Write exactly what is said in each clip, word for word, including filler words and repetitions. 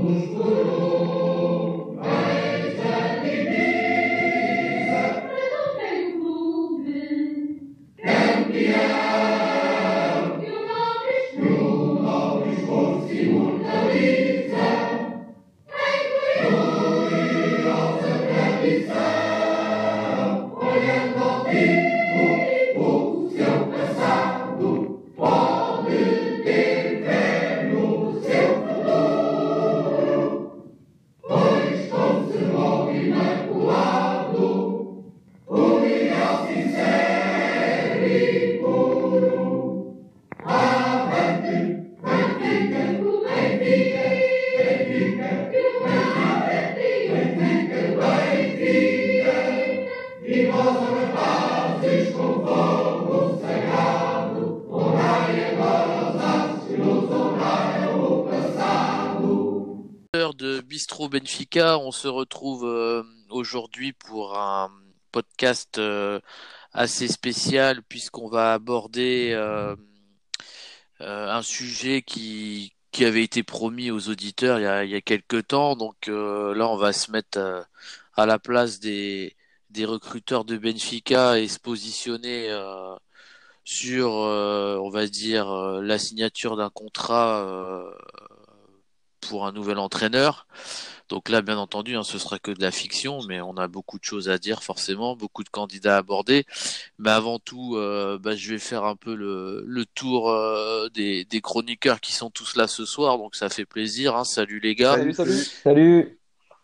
De Bistro Benfica, on se retrouve euh, aujourd'hui pour un podcast euh, assez spécial puisqu'on va aborder euh, euh, un sujet qui qui avait été promis aux auditeurs il y a il y a quelques temps. Donc euh, là, on va se mettre euh, à la place des des recruteurs de Benfica et se positionner euh, sur, euh, on va dire, euh, la signature d'un contrat euh, pour un nouvel entraîneur. Donc là, bien entendu, hein, ce sera que de la fiction, mais on a beaucoup de choses à dire forcément, beaucoup de candidats à aborder. Mais avant tout, euh, bah, je vais faire un peu le, le tour euh, des, des chroniqueurs qui sont tous là ce soir, donc ça fait plaisir. Hein. Salut les gars, Salut, salut. Salut.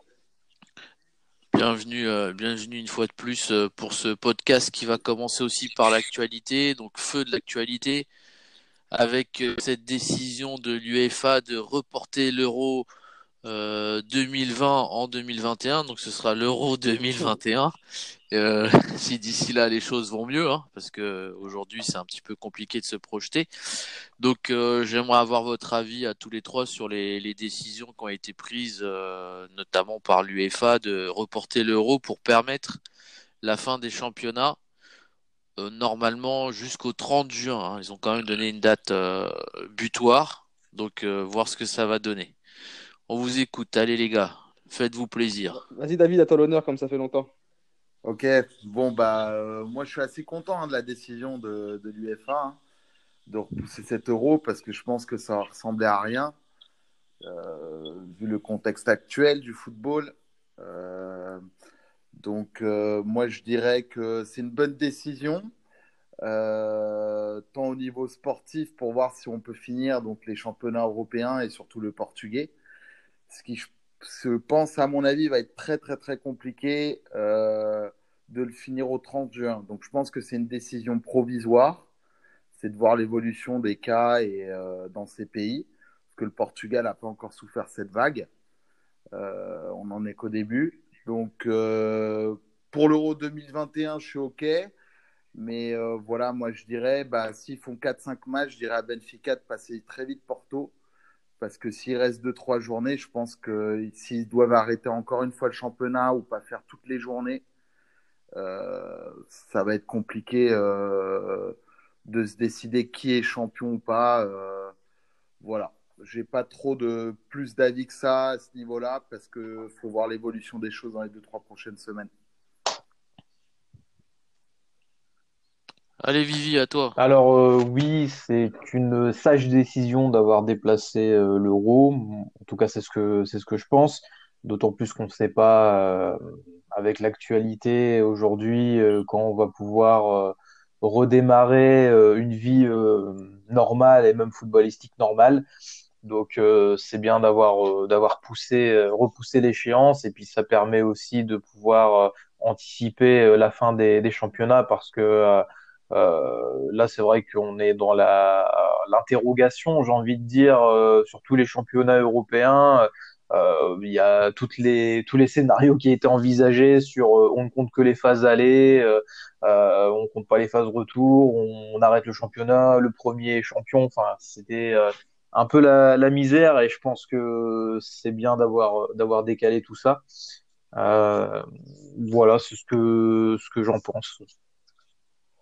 bienvenue, euh, bienvenue une fois de plus euh, pour ce podcast qui va commencer aussi par l'actualité, donc feu de l'actualité, avec euh, cette décision de l'UEFA de reporter l'Euro euh, deux mille vingt en deux mille vingt et un, donc ce sera l'Euro deux mille vingt et un. Euh, si d'ici là les choses vont mieux, hein, parce que aujourd'hui c'est un petit peu compliqué de se projeter. Donc euh, j'aimerais avoir votre avis à tous les trois sur les, les décisions qui ont été prises, euh, notamment par l'UEFA, de reporter l'Euro pour permettre la fin des championnats. Euh, normalement jusqu'au trente juin. Hein. Ils ont quand même donné une date euh, butoir, donc euh, voir ce que ça va donner. On vous écoute, allez les gars, faites-vous plaisir. Vas-y, David, à toi l'honneur, comme ça fait longtemps. Ok, bon, bah, euh, moi je suis assez content hein, de la décision de, de l'UEFA hein, de repousser cet euro parce que je pense que ça ressemblait à rien euh, vu le contexte actuel du football. Euh, donc, euh, moi je dirais que c'est une bonne décision, euh, tant au niveau sportif pour voir si on peut finir donc, les championnats européens et surtout le portugais. Ce qui, je, je pense, à mon avis, va être très, très, très compliqué euh, de le finir au trente juin. Donc, je pense que c'est une décision provisoire. C'est de voir l'évolution des cas et, euh, dans ces pays. Parce que le Portugal n'a pas encore souffert cette vague. Euh, on n'en est qu'au début. Donc, euh, pour l'Euro deux mille vingt et un, je suis OK. Mais euh, voilà, moi, je dirais, bah, s'ils font quatre cinq matchs, je dirais à Benfica de passer très vite Porto. Parce que s'il reste deux trois journées, je pense que s'ils doivent arrêter encore une fois le championnat ou pas faire toutes les journées, euh, ça va être compliqué euh, de se décider qui est champion ou pas. Euh, voilà. J'ai pas trop de plus d'avis que ça à ce niveau-là parce qu'il faut voir l'évolution des choses dans les deux trois prochaines semaines. Allez Vivi, à toi. Alors euh, oui, c'est une sage décision d'avoir déplacé euh, l'euro. En tout cas, c'est ce que c'est ce que je pense. D'autant plus qu'on ne sait pas euh, avec l'actualité aujourd'hui euh, quand on va pouvoir euh, redémarrer euh, une vie euh, normale et même footballistique normale. Donc euh, c'est bien d'avoir euh, d'avoir poussé euh, repoussé l'échéance et puis ça permet aussi de pouvoir euh, anticiper euh, la fin des, des championnats parce que euh, euh, là, c'est vrai qu'on est dans la l'interrogation, j'ai envie de dire, euh, sur tous les championnats européens. Euh, il y a toutes les tous les scénarios qui étaient envisagés sur euh, on ne compte que les phases aller, euh, euh, on compte pas les phases retour, on, on arrête le championnat, le premier est champion. Enfin, c'était euh, un peu la, la misère et je pense que c'est bien d'avoir d'avoir décalé tout ça. Euh, voilà, c'est ce que ce que j'en pense.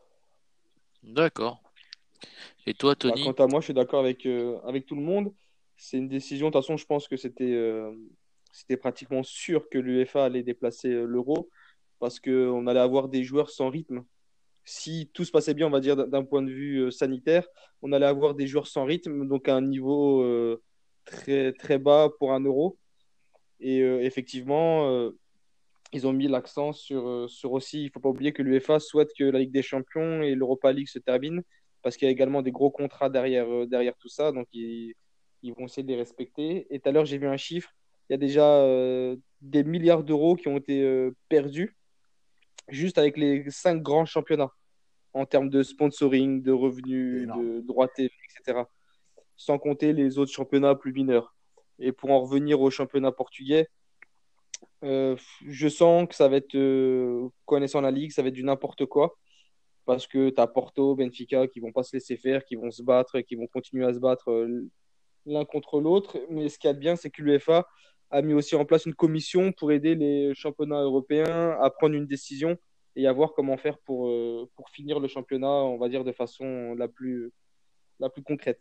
D'accord. Et toi Bah, quant Tony? à moi, je suis d'accord avec, euh, avec tout le monde. C'est une décision. De toute façon, je pense que c'était euh, c'était pratiquement sûr que l'UEFA allait déplacer euh, l'Euro parce qu'on allait avoir des joueurs sans rythme. Si tout se passait bien, on va dire d'un d'un point de vue euh, sanitaire, on allait avoir des joueurs sans rythme, donc à un niveau euh, très, très bas pour un Euro. Et euh, effectivement, euh, ils ont mis l'accent sur, euh, sur aussi, il ne faut pas oublier que l'UEFA souhaite que la Ligue des Champions et l'Europa League se terminent parce qu'il y a également des gros contrats derrière, euh, derrière tout ça, donc ils, ils vont essayer de les respecter. Et tout à l'heure, j'ai vu un chiffre, il y a déjà euh, des milliards d'euros qui ont été euh, perdus juste avec les cinq grands championnats en termes de sponsoring, de C'est revenus, énorme. de droits T V, et cetera. Sans compter les autres championnats plus mineurs. Et pour en revenir au championnat portugais, euh, je sens que ça va être, euh, connaissant la ligue, ça va être du n'importe quoi. Parce que tu as Porto, Benfica qui vont pas se laisser faire, qui vont se battre, qui vont continuer à se battre euh, l'un contre l'autre. Mais ce qu'il y a de bien, c'est que l'UEFA a mis aussi en place une commission pour aider les championnats européens à prendre une décision et à voir comment faire pour, euh, pour finir le championnat, on va dire, de façon la plus, la plus concrète.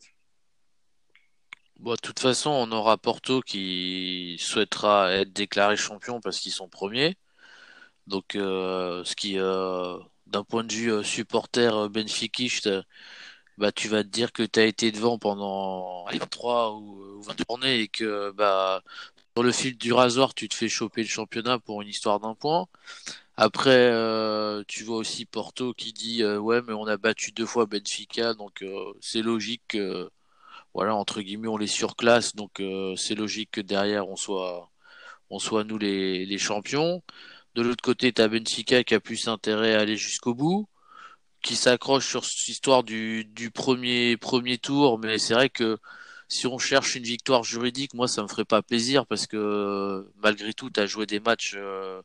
Bon, de toute façon, on aura Porto qui souhaitera être déclaré champion parce qu'ils sont premiers. Donc, euh, ce qui, euh, d'un point de vue euh, supporter euh, benfiquiste, euh, bah, tu vas te dire que tu as été devant pendant allez, trois ou, ou vingt journées et que bah, sur le fil du rasoir, tu te fais choper le championnat pour une histoire d'un point. Après, euh, tu vois aussi Porto qui dit euh, ouais, mais on a battu deux fois Benfica, donc euh, c'est logique que, voilà, entre guillemets, on les surclasse, donc euh, c'est logique que derrière on soit, on soit nous les, les champions. De l'autre côté, t'as Benfica qui a plus intérêt à aller jusqu'au bout, qui s'accroche sur cette histoire du, du premier, premier tour, mais c'est vrai que si on cherche une victoire juridique, moi ça me ferait pas plaisir parce que euh, malgré tout, t'as joué des matchs euh,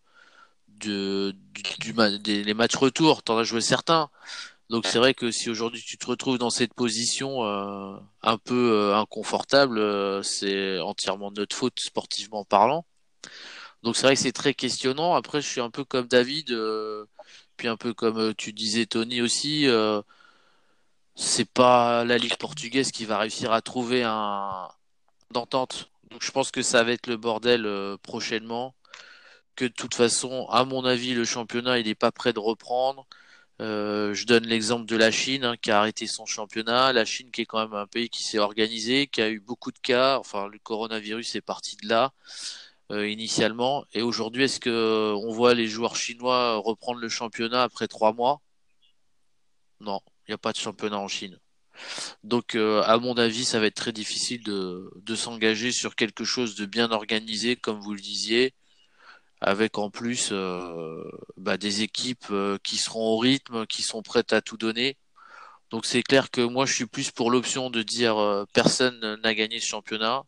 de, du, du ma- des, les matchs retour, t'en as joué certains. Donc c'est vrai que si aujourd'hui tu te retrouves dans cette position euh, un peu euh, inconfortable, euh, c'est entièrement de notre faute sportivement parlant. Donc c'est vrai que c'est très questionnant. Après, je suis un peu comme David, euh, puis un peu comme euh, tu disais Tony aussi. Euh, c'est pas la Ligue portugaise qui va réussir à trouver un d'entente. Donc je pense que ça va être le bordel euh, prochainement. Que de toute façon, à mon avis, le championnat il est pas prêt de reprendre. Euh, je donne l'exemple de la Chine hein, qui a arrêté son championnat. La Chine qui est quand même un pays qui s'est organisé, qui a eu beaucoup de cas. Enfin, le coronavirus est parti de là euh, initialement. Et aujourd'hui, est-ce que euh, on voit les joueurs chinois reprendre le championnat après trois mois? Non, il n'y a pas de championnat en Chine. Donc, euh, à mon avis, ça va être très difficile de, de s'engager sur quelque chose de bien organisé, comme vous le disiez, avec en plus euh, bah, des équipes euh, qui seront au rythme, qui sont prêtes à tout donner. Donc, c'est clair que moi, je suis plus pour l'option de dire euh, personne n'a gagné ce championnat.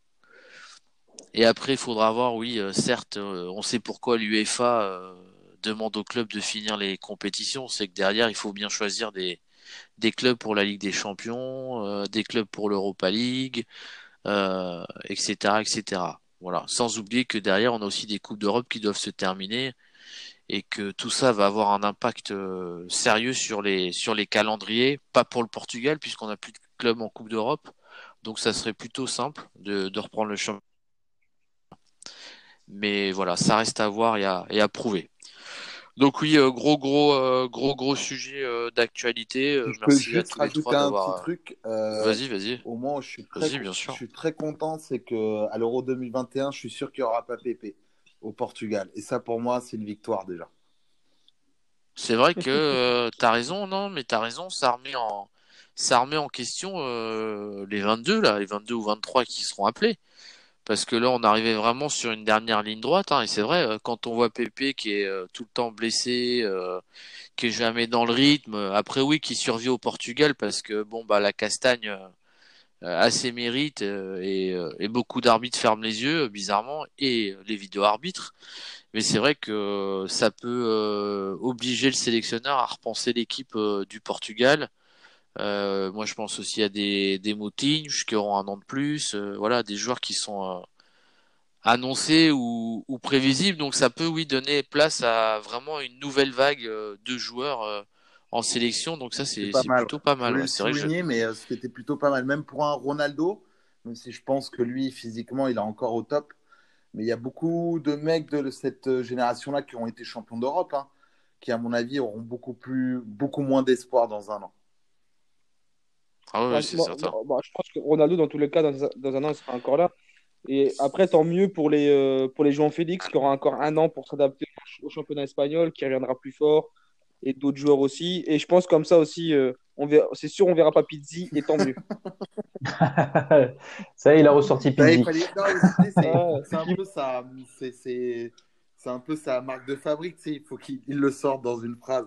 Et après, il faudra voir, oui, euh, certes, euh, on sait pourquoi l'UEFA euh, demande aux clubs de finir les compétitions. C'est que derrière, il faut bien choisir des, des clubs pour la Ligue des Champions, euh, des clubs pour l'Europa League, euh, et cetera, et cetera. Voilà. Sans oublier que derrière, on a aussi des Coupes d'Europe qui doivent se terminer et que tout ça va avoir un impact euh, sérieux sur les, sur les calendriers. Pas pour le Portugal, puisqu'on n'a plus de clubs en Coupe d'Europe. Donc, ça serait plutôt simple de, de reprendre le championnat. Mais voilà, ça reste à voir et à, et à prouver. Donc oui, euh, gros gros euh, gros gros sujet euh, d'actualité. Si Euh, je peux merci à juste tous les rajouter trois un petit d'avoir. euh, truc, euh, Vas-y, vas-y, au moins je suis très, vas-y, bien je sûr. suis très content, c'est que à l'Euro deux mille vingt et un, je suis sûr qu'il n'y aura pas Pépé au Portugal. Et ça, pour moi, c'est une victoire déjà. C'est vrai que euh, t'as raison, non, mais t'as raison, ça remet en ça remet en question euh, les vingt-deux là, les vingt-deux ou vingt-trois qui seront appelés. Parce que là, on arrivait vraiment sur une dernière ligne droite, hein, et c'est vrai, euh, quand on voit Pépé qui est euh, tout le temps blessé, euh, qui est jamais dans le rythme. Après oui, qui survit au Portugal parce que bon bah la Castagne euh, a ses mérites euh, et, euh, et beaucoup d'arbitres ferment les yeux, euh, bizarrement, et euh, les vidéo-arbitres. Mais c'est vrai que euh, ça peut euh, obliger le sélectionneur à repenser l'équipe euh, du Portugal. Euh, moi, je pense aussi à des, des Moutinho qui auront un an de plus. Euh, voilà, des joueurs qui sont euh, annoncés ou, ou prévisibles. Donc, ça peut, oui, donner place à vraiment une nouvelle vague euh, de joueurs euh, en sélection. Donc, ça, C'est c'est, pas c'est mal. plutôt pas Je mal. voulais Ouais. le C'est vrai que je... souligner, mais euh, c'était plutôt pas mal. Même pour un Ronaldo, même si je pense que lui, physiquement, il est encore au top. Mais il y a beaucoup de mecs de cette génération-là qui ont été champions d'Europe, hein, qui, à mon avis, auront beaucoup, plus, beaucoup moins d'espoir dans un an. Ah oui, Ouais, c'est moi, certain. moi, bah, je pense que Ronaldo, dans tous les cas, dans, un- dans un an, il sera encore là. Et après, tant mieux pour les, euh, pour les João Félix, qui aura encore un an pour s'adapter au, au championnat espagnol, qui reviendra plus fort, et d'autres joueurs aussi. Et je pense comme ça aussi, euh, on verra, c'est sûr, on verra pas Pizzi, et tant mieux. Ça y est, il a ressorti Bah, il Pizzi. fallait... Non, mais tu sais, c'est Ouais. c'est un peu sa... c'est c'est- c'est un peu sa marque de fabrique. Tu sais, il faut qu'il il le sorte dans une phrase.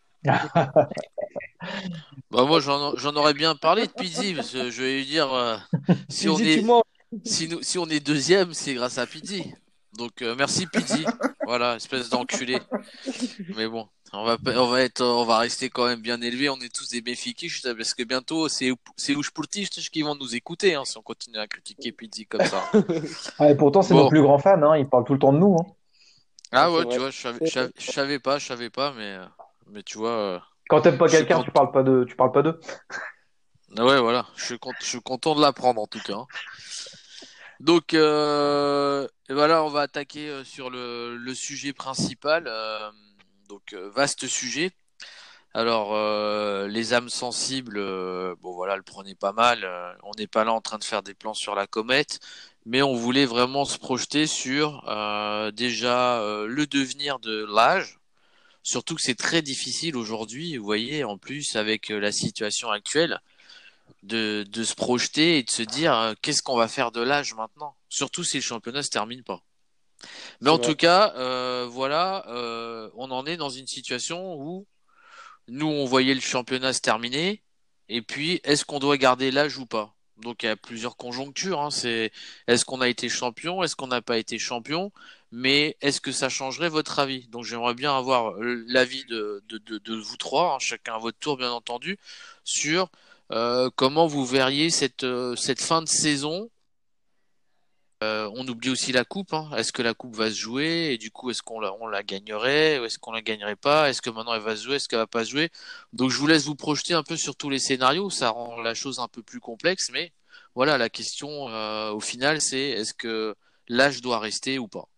Bah moi j'en j'en aurais bien parlé de Pizzi parce que je vais lui dire euh, si on Pizzi, tu est mens. si nous si on est deuxième c'est grâce à Pizzi. Donc euh, merci Pizzi. Voilà, espèce d'enculé. Mais bon, on va pas- on va être on va rester quand même bien élevé. On est tous des béfiquistes parce que bientôt c'est c'est les sportifs qui vont nous écouter hein, si on continue à critiquer Pizzi comme ça. Ah, et pourtant, c'est nos Bon, plus grands fans, hein. Ils parlent tout le temps de nous, hein. Ouais, ah c'est ouais, tu vrai. vois, je savais je savais je savais pas, je savais pas, mais euh, mais tu vois, euh, Quand t'aimes pas je suis quelqu'un, tu content. parles pas de, tu parles pas d'eux. Ouais, voilà, je suis content, je suis content de l'apprendre en tout cas, hein. Donc, euh, et voilà, on va attaquer euh, sur le, le sujet principal. Euh, donc, euh, vaste sujet. Alors, euh, les âmes sensibles, euh, bon voilà, le prenez pas mal. Euh, on n'est pas là en train de faire des plans sur la comète, mais on voulait vraiment se projeter sur euh, déjà euh, le devenir de l'âge. Surtout que c'est très difficile aujourd'hui, vous voyez, en plus avec euh, la situation actuelle de, de se projeter et de se dire euh, qu'est-ce qu'on va faire de l'âge maintenant, surtout si le championnat se termine pas. Mais C'est en tout vrai. cas, euh, voilà, euh, on en est dans une situation où nous on voyait le championnat se terminer et puis est-ce qu'on doit garder l'âge ou pas? Donc il y a plusieurs conjonctures, hein. C'est est-ce qu'on a été champion, est-ce qu'on n'a pas été champion, mais est-ce que ça changerait votre avis? Donc j'aimerais bien avoir l'avis de, de, de, de vous trois, hein, chacun à votre tour bien entendu, sur euh, comment vous verriez cette, euh, cette fin de saison. Euh, on oublie aussi la coupe, hein. Est-ce que la coupe va se jouer et du coup est-ce qu'on la, on la gagnerait ou est-ce qu'on la gagnerait pas? Est-ce que maintenant elle va se jouer? Est-ce qu'elle va pas se jouer? Donc je vous laisse vous projeter un peu sur tous les scénarios. Ça rend la chose un peu plus complexe, mais voilà la question euh, au final c'est est-ce que l'âge doit rester ou pas?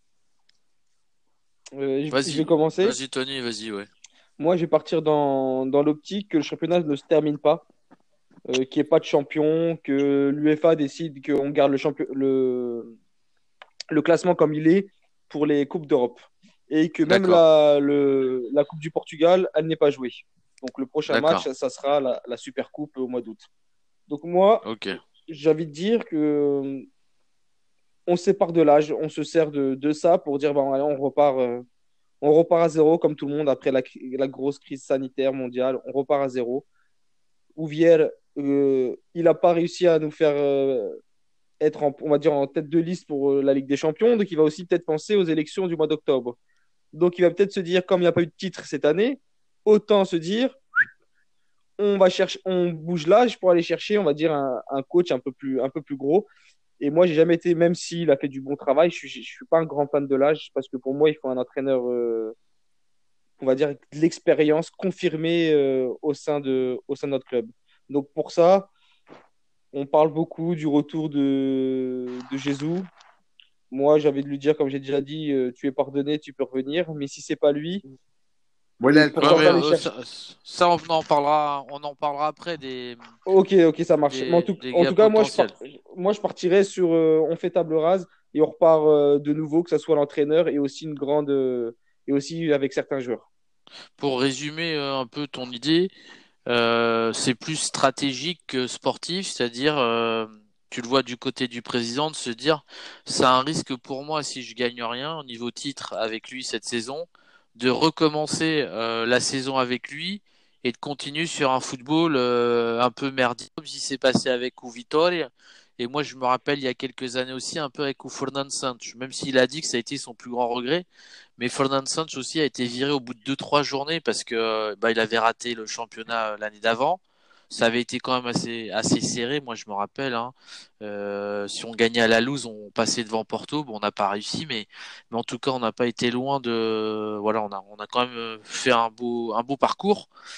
Euh, je, je vais Vas-y, commencer. vas-y Tony, vas-y ouais. Moi, je vais partir dans, dans l'optique que le championnat ne se termine pas, euh, qu'il n'y ait pas de champion, que l'UEFA décide qu'on garde le, champion, le, le classement comme il est pour les Coupes d'Europe. Et que même D'accord, la, le, la Coupe du Portugal, elle n'est pas jouée. Donc le prochain match, d'accord, ça, ça sera la, la Super Coupe au mois d'août. Donc moi, ok, j'ai envie de dire que on se sépare de l'âge, on se sert de, de ça pour dire bon, allez, on repart, euh, on repart à zéro comme tout le monde après la, la grosse crise sanitaire mondiale. On repart à zéro. Ouvière, euh, il n'a pas réussi à nous faire euh, être en, on va dire, en tête de liste pour euh, la Ligue des Champions, donc il va aussi peut-être penser aux élections du mois d'octobre. Donc il va peut-être se dire, comme il n'y a pas eu de titre cette année, autant se dire, on va chercher, on bouge l'âge pour aller chercher, on va dire, un, un coach un peu plus, un peu plus gros. Et moi, j'ai jamais été, même s'il a fait du bon travail, je ne suis, je suis pas un grand fan de l'âge parce que pour moi, il faut un entraîneur, euh, on va dire, de l'expérience confirmée euh, au sein de, au sein de notre club. Donc pour ça, on parle beaucoup du retour de, de Jésus. Moi, j'avais de lui dire, comme j'ai déjà dit, euh, tu es pardonné, tu peux revenir. Mais si c'est pas lui, Bon, il euh, a le ouais pourquoi temps. mais pas aller euh, chercher. ça, ça on en parlera on en parlera après des Ok, ok, ça marche. Mais en des, tout, des en gars tout cas, moi, je, par- potentiels. moi, je partirais sur euh, on fait table rase et on repart euh, de nouveau, que ce soit l'entraîneur et aussi une grande euh, et aussi avec certains joueurs. Pour résumer euh, un peu ton idée, euh, c'est plus stratégique que sportif, c'est-à-dire, euh, tu le vois du côté du président, de se dire, c'est un risque pour moi si je gagne rien au niveau titre avec lui cette saison, de recommencer euh, la saison avec lui et de continuer sur un football euh, un peu merdique, comme si c'est passé avec Vitória. Et moi, je me rappelle il y a quelques années aussi un peu avec Fernando Santos, même s'il a dit que ça a été son plus grand regret. Mais Fernand Santos aussi a été viré au bout de deux trois journées parce que bah, il avait raté le championnat euh, l'année d'avant. Ça avait été quand même assez assez serré, moi je me rappelle, hein. Euh, si on gagnait à la loose, on passait devant Porto. Bon, on n'a pas réussi, mais mais en tout cas, on n'a pas été loin de. Voilà, on a on a quand même fait un beau un beau parcours.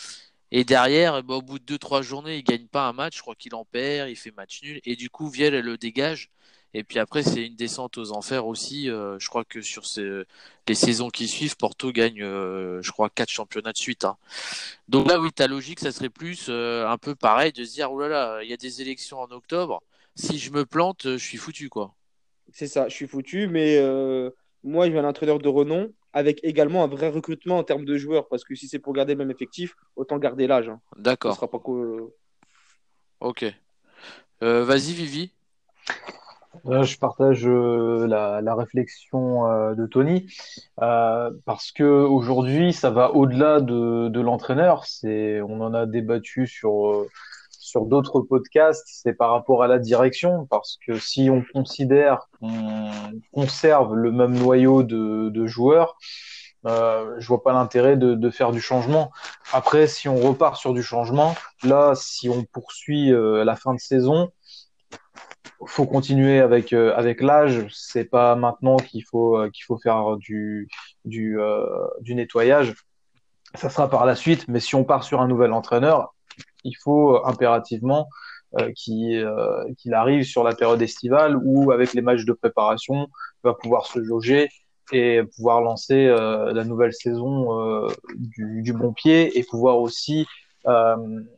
Et derrière, eh ben, au bout de deux, trois journées, il gagne pas un match. Je crois qu'il en perd, il fait match nul. Et du coup, Vielle, elle le dégage. Et puis après, c'est une descente aux enfers aussi. Euh, je crois que sur ces, les saisons qui suivent, Porto gagne, euh, je crois, quatre championnats de suite. Hein. Donc là, oui, ta logique, ça serait plus euh, un peu pareil de se dire, oh là là, il y a des élections en octobre. Si je me plante, euh, je suis foutu, quoi. C'est ça, je suis foutu, mais euh, moi, je veux un entraîneur de renom avec également un vrai recrutement en termes de joueurs, parce que si c'est pour garder le même effectif, autant garder l'âge. Hein. Ce D'accord. sera pas que. Ok. Euh, vas-y, Vivi. Là, je partage euh, la, la réflexion euh, de Tony euh, parce que aujourd'hui, ça va au-delà de, de l'entraîneur. C'est, on en a débattu sur euh, sur d'autres podcasts. C'est par rapport à la direction, parce que si on considère qu'on conserve le même noyau de, de joueurs, euh, je vois pas l'intérêt de, de faire du changement. Après, si on repart sur du changement, là, si on poursuit euh, la fin de saison, faut continuer avec euh, avec l'âge. C'est pas maintenant qu'il faut euh, qu'il faut faire du du euh, du nettoyage. Ça sera par la suite. Mais si on part sur un nouvel entraîneur, il faut euh, impérativement euh, qu'il euh, qu'il arrive sur la période estivale où, avec les matchs de préparation, il va pouvoir se jauger et pouvoir lancer euh, la nouvelle saison euh, du, du bon pied, et pouvoir aussi euh,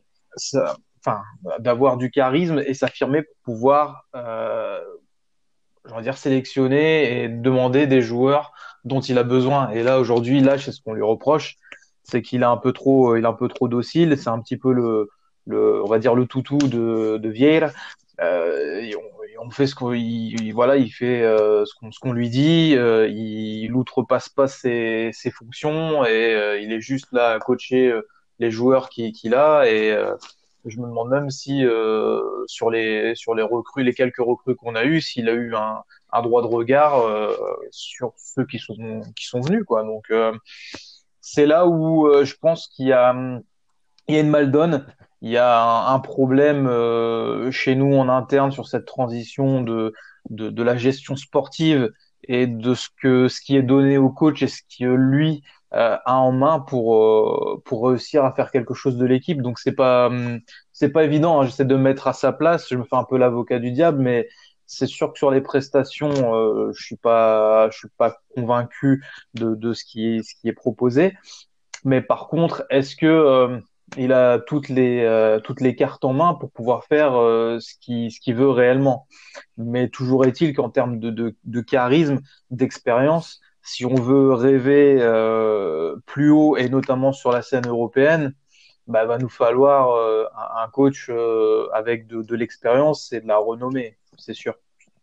ça- enfin, d'avoir du charisme et s'affirmer pour pouvoir euh, je veux dire, sélectionner et demander des joueurs dont il a besoin. Et là, aujourd'hui, là, c'est ce qu'on lui reproche, c'est qu'il est un peu trop, il est un peu trop docile. C'est un petit peu le, le, on va dire le toutou de, de Vieira. Euh, et on, et on fait ce qu'on, il, il- voilà, il fait euh, ce qu'on, ce qu'on lui dit. Euh, il, il outrepasse pas ses, ses fonctions, et euh, il est juste là à coacher euh, les joueurs qui, qu'il a. Et euh, je me demande même si euh, sur les sur les recrues, les quelques recrues qu'on a eues, s'il a eu un, un droit de regard euh, sur ceux qui sont qui sont venus, quoi. Donc euh, c'est là où euh, je pense qu'il y a il y a une maldonne, il y a un, un problème euh, chez nous en interne sur cette transition de de, de la gestion sportive et de ce que ce qui est donné au coach et ce que lui euh, a en main pour euh, pour réussir à faire quelque chose de l'équipe. Donc c'est pas hum, c'est pas évident, hein. J'essaie de me mettre à sa place, je me fais un peu l'avocat du diable, mais c'est sûr que sur les prestations, euh, je suis pas je suis pas convaincu de de ce qui est ce qui est proposé. Mais par contre, est-ce que euh, il a toutes les euh, toutes les cartes en main pour pouvoir faire euh, ce qu'il ce qu'il veut réellement? Mais toujours est-il qu'en termes de, de, de charisme, d'expérience, si on veut rêver euh, plus haut, et notamment sur la scène européenne, bah, va nous falloir euh, un, un coach euh, avec de, de l'expérience et de la renommée, c'est sûr.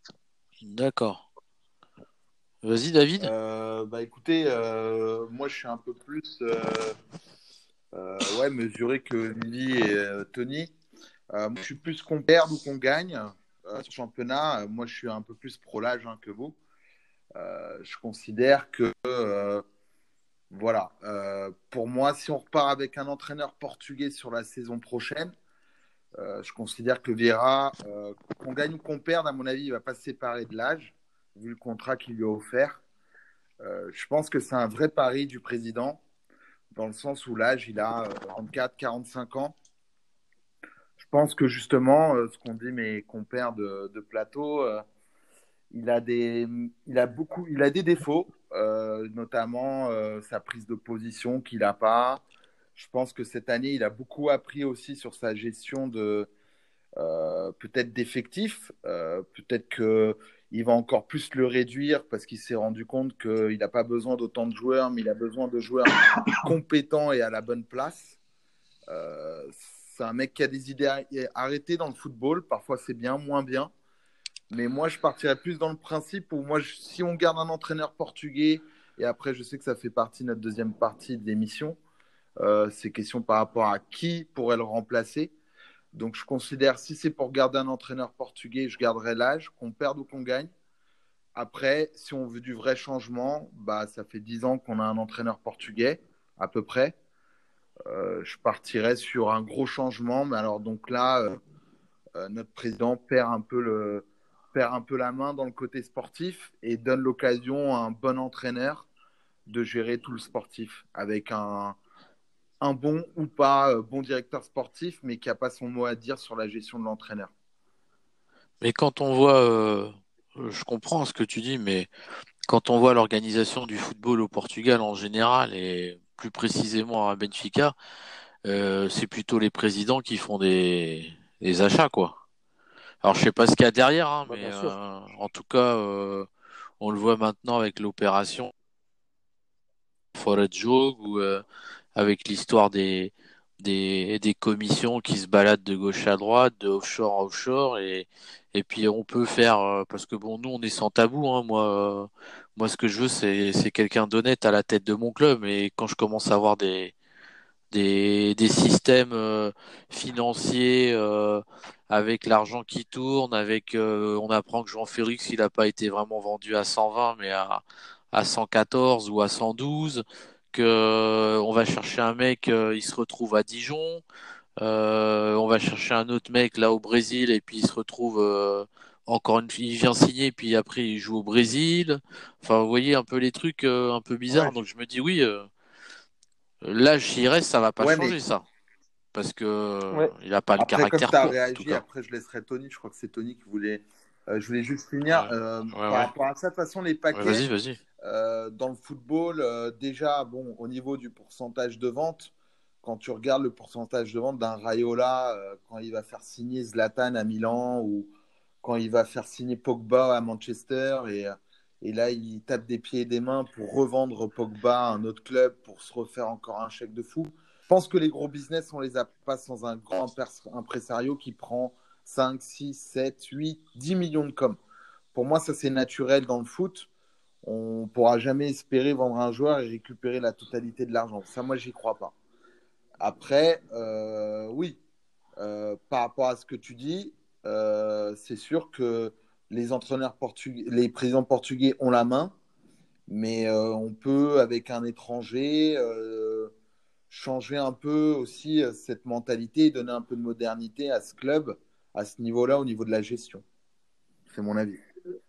D'accord. Vas-y, David. Euh, bah écoutez, euh, moi je suis un peu plus euh, euh, ouais, mesuré que Lily et euh, Tony. Euh, moi, je suis plus qu'on perde ou qu'on gagne euh, sur le championnat. Euh, moi je suis un peu plus pro l'âge hein, que vous. Euh, je considère que euh, voilà, euh, pour moi, si on repart avec un entraîneur portugais sur la saison prochaine, euh, je considère que Vieira, euh, qu'on gagne ou qu'on perde, à mon avis, il ne va pas se séparer de l'âge, vu le contrat qu'il lui a offert. Euh, je pense que c'est un vrai pari du président, dans le sens où l'âge, il a euh, trente-quatre, quarante-cinq ans. Je pense que justement, euh, ce qu'ont dit mes compères de, de plateau, euh, il a des, il a beaucoup, il a des défauts, euh, notamment euh, sa prise de position qu'il n'a pas. Je pense que cette année, il a beaucoup appris aussi sur sa gestion de euh, peut-être d'effectifs. Euh, peut-être que il va encore plus le réduire parce qu'il s'est rendu compte qu'il n'a pas besoin d'autant de joueurs, mais il a besoin de joueurs compétents et à la bonne place. Euh, c'est un mec qui a des idées arrêtées dans le football. Parfois, c'est bien, moins bien. Mais moi, je partirais plus dans le principe où, moi, je- si on garde un entraîneur portugais, et après, je sais que ça fait partie de notre deuxième partie de l'émission, euh, c'est question par rapport à qui pourrait le remplacer. Donc, je considère, si c'est pour garder un entraîneur portugais, je garderai l'âge, qu'on perde ou qu'on gagne. Après, si on veut du vrai changement, bah, ça fait dix ans qu'on a un entraîneur portugais, à peu près. Euh, je partirais sur un gros changement. Mais alors, donc là, euh, euh, notre président perd un peu le perd un peu la main dans le côté sportif et donne l'occasion à un bon entraîneur de gérer tout le sportif avec un, un bon ou pas euh, bon directeur sportif, mais qui n'a pas son mot à dire sur la gestion de l'entraîneur. Mais quand on voit, euh, je comprends ce que tu dis, mais quand on voit l'organisation du football au Portugal en général et plus précisément à Benfica, euh, c'est plutôt les présidents qui font des, des achats, quoi. Alors je sais pas ce qu'il y a derrière, hein, Bah, mais bien sûr. euh, en tout cas, euh, on le voit maintenant avec l'opération Forest Jog ou euh, avec l'histoire des, des des commissions qui se baladent de gauche à droite, de offshore à offshore, et et puis on peut faire euh, parce que bon, nous on est sans tabou, hein, moi euh, moi ce que je veux c'est c'est quelqu'un d'honnête à la tête de mon club, et quand je commence à avoir des des des systèmes euh, financiers euh, avec l'argent qui tourne, avec euh, on apprend que Jean-Félix il a pas été vraiment vendu à cent vingt mais à à cent quatorze ou à cent douze, que euh, on va chercher un mec, euh, il se retrouve à Dijon, euh, on va chercher un autre mec là au Brésil et puis il se retrouve euh, encore une il vient signer puis après il joue au Brésil. Enfin, vous voyez un peu les trucs euh, un peu Ouais, bizarres, donc je me dis oui, euh, là j'y reste, ça va pas ouais, mais changer ça parce que euh, Ouais. il a pas le après, comme tu caractère as pour en tout réagi, cas. après, je laisserai Tony. Je crois que c'est Tony qui voulait. Euh, je voulais juste finir. Ouais, Euh, ouais, par ouais. rapport à ça, de toute façon, les Ouais, vas-y, paquets vas-y. euh, dans le football, euh, déjà, bon, au niveau du pourcentage de vente, quand tu regardes le pourcentage de vente d'un Raiola, euh, quand il va faire signer Zlatan à Milan ou quand il va faire signer Pogba à Manchester et, et là, il tape des pieds et des mains pour revendre Pogba à un autre club pour se refaire encore un chèque de fou. Je pense que les gros business, on les a pas sans un grand impresario qui prend cinq, six, sept, huit, dix millions de com. Pour moi, ça, c'est naturel dans le foot. On ne pourra jamais espérer vendre un joueur et récupérer la totalité de l'argent. Ça, moi, j'y crois pas. Après, euh, oui, euh, par rapport à ce que tu dis, euh, c'est sûr que les entraîneurs portugais, les présidents portugais ont la main, mais euh, on peut, avec un étranger, euh, changer un peu aussi euh, cette mentalité et donner un peu de modernité à ce club, à ce niveau-là, au niveau de la gestion. C'est mon avis.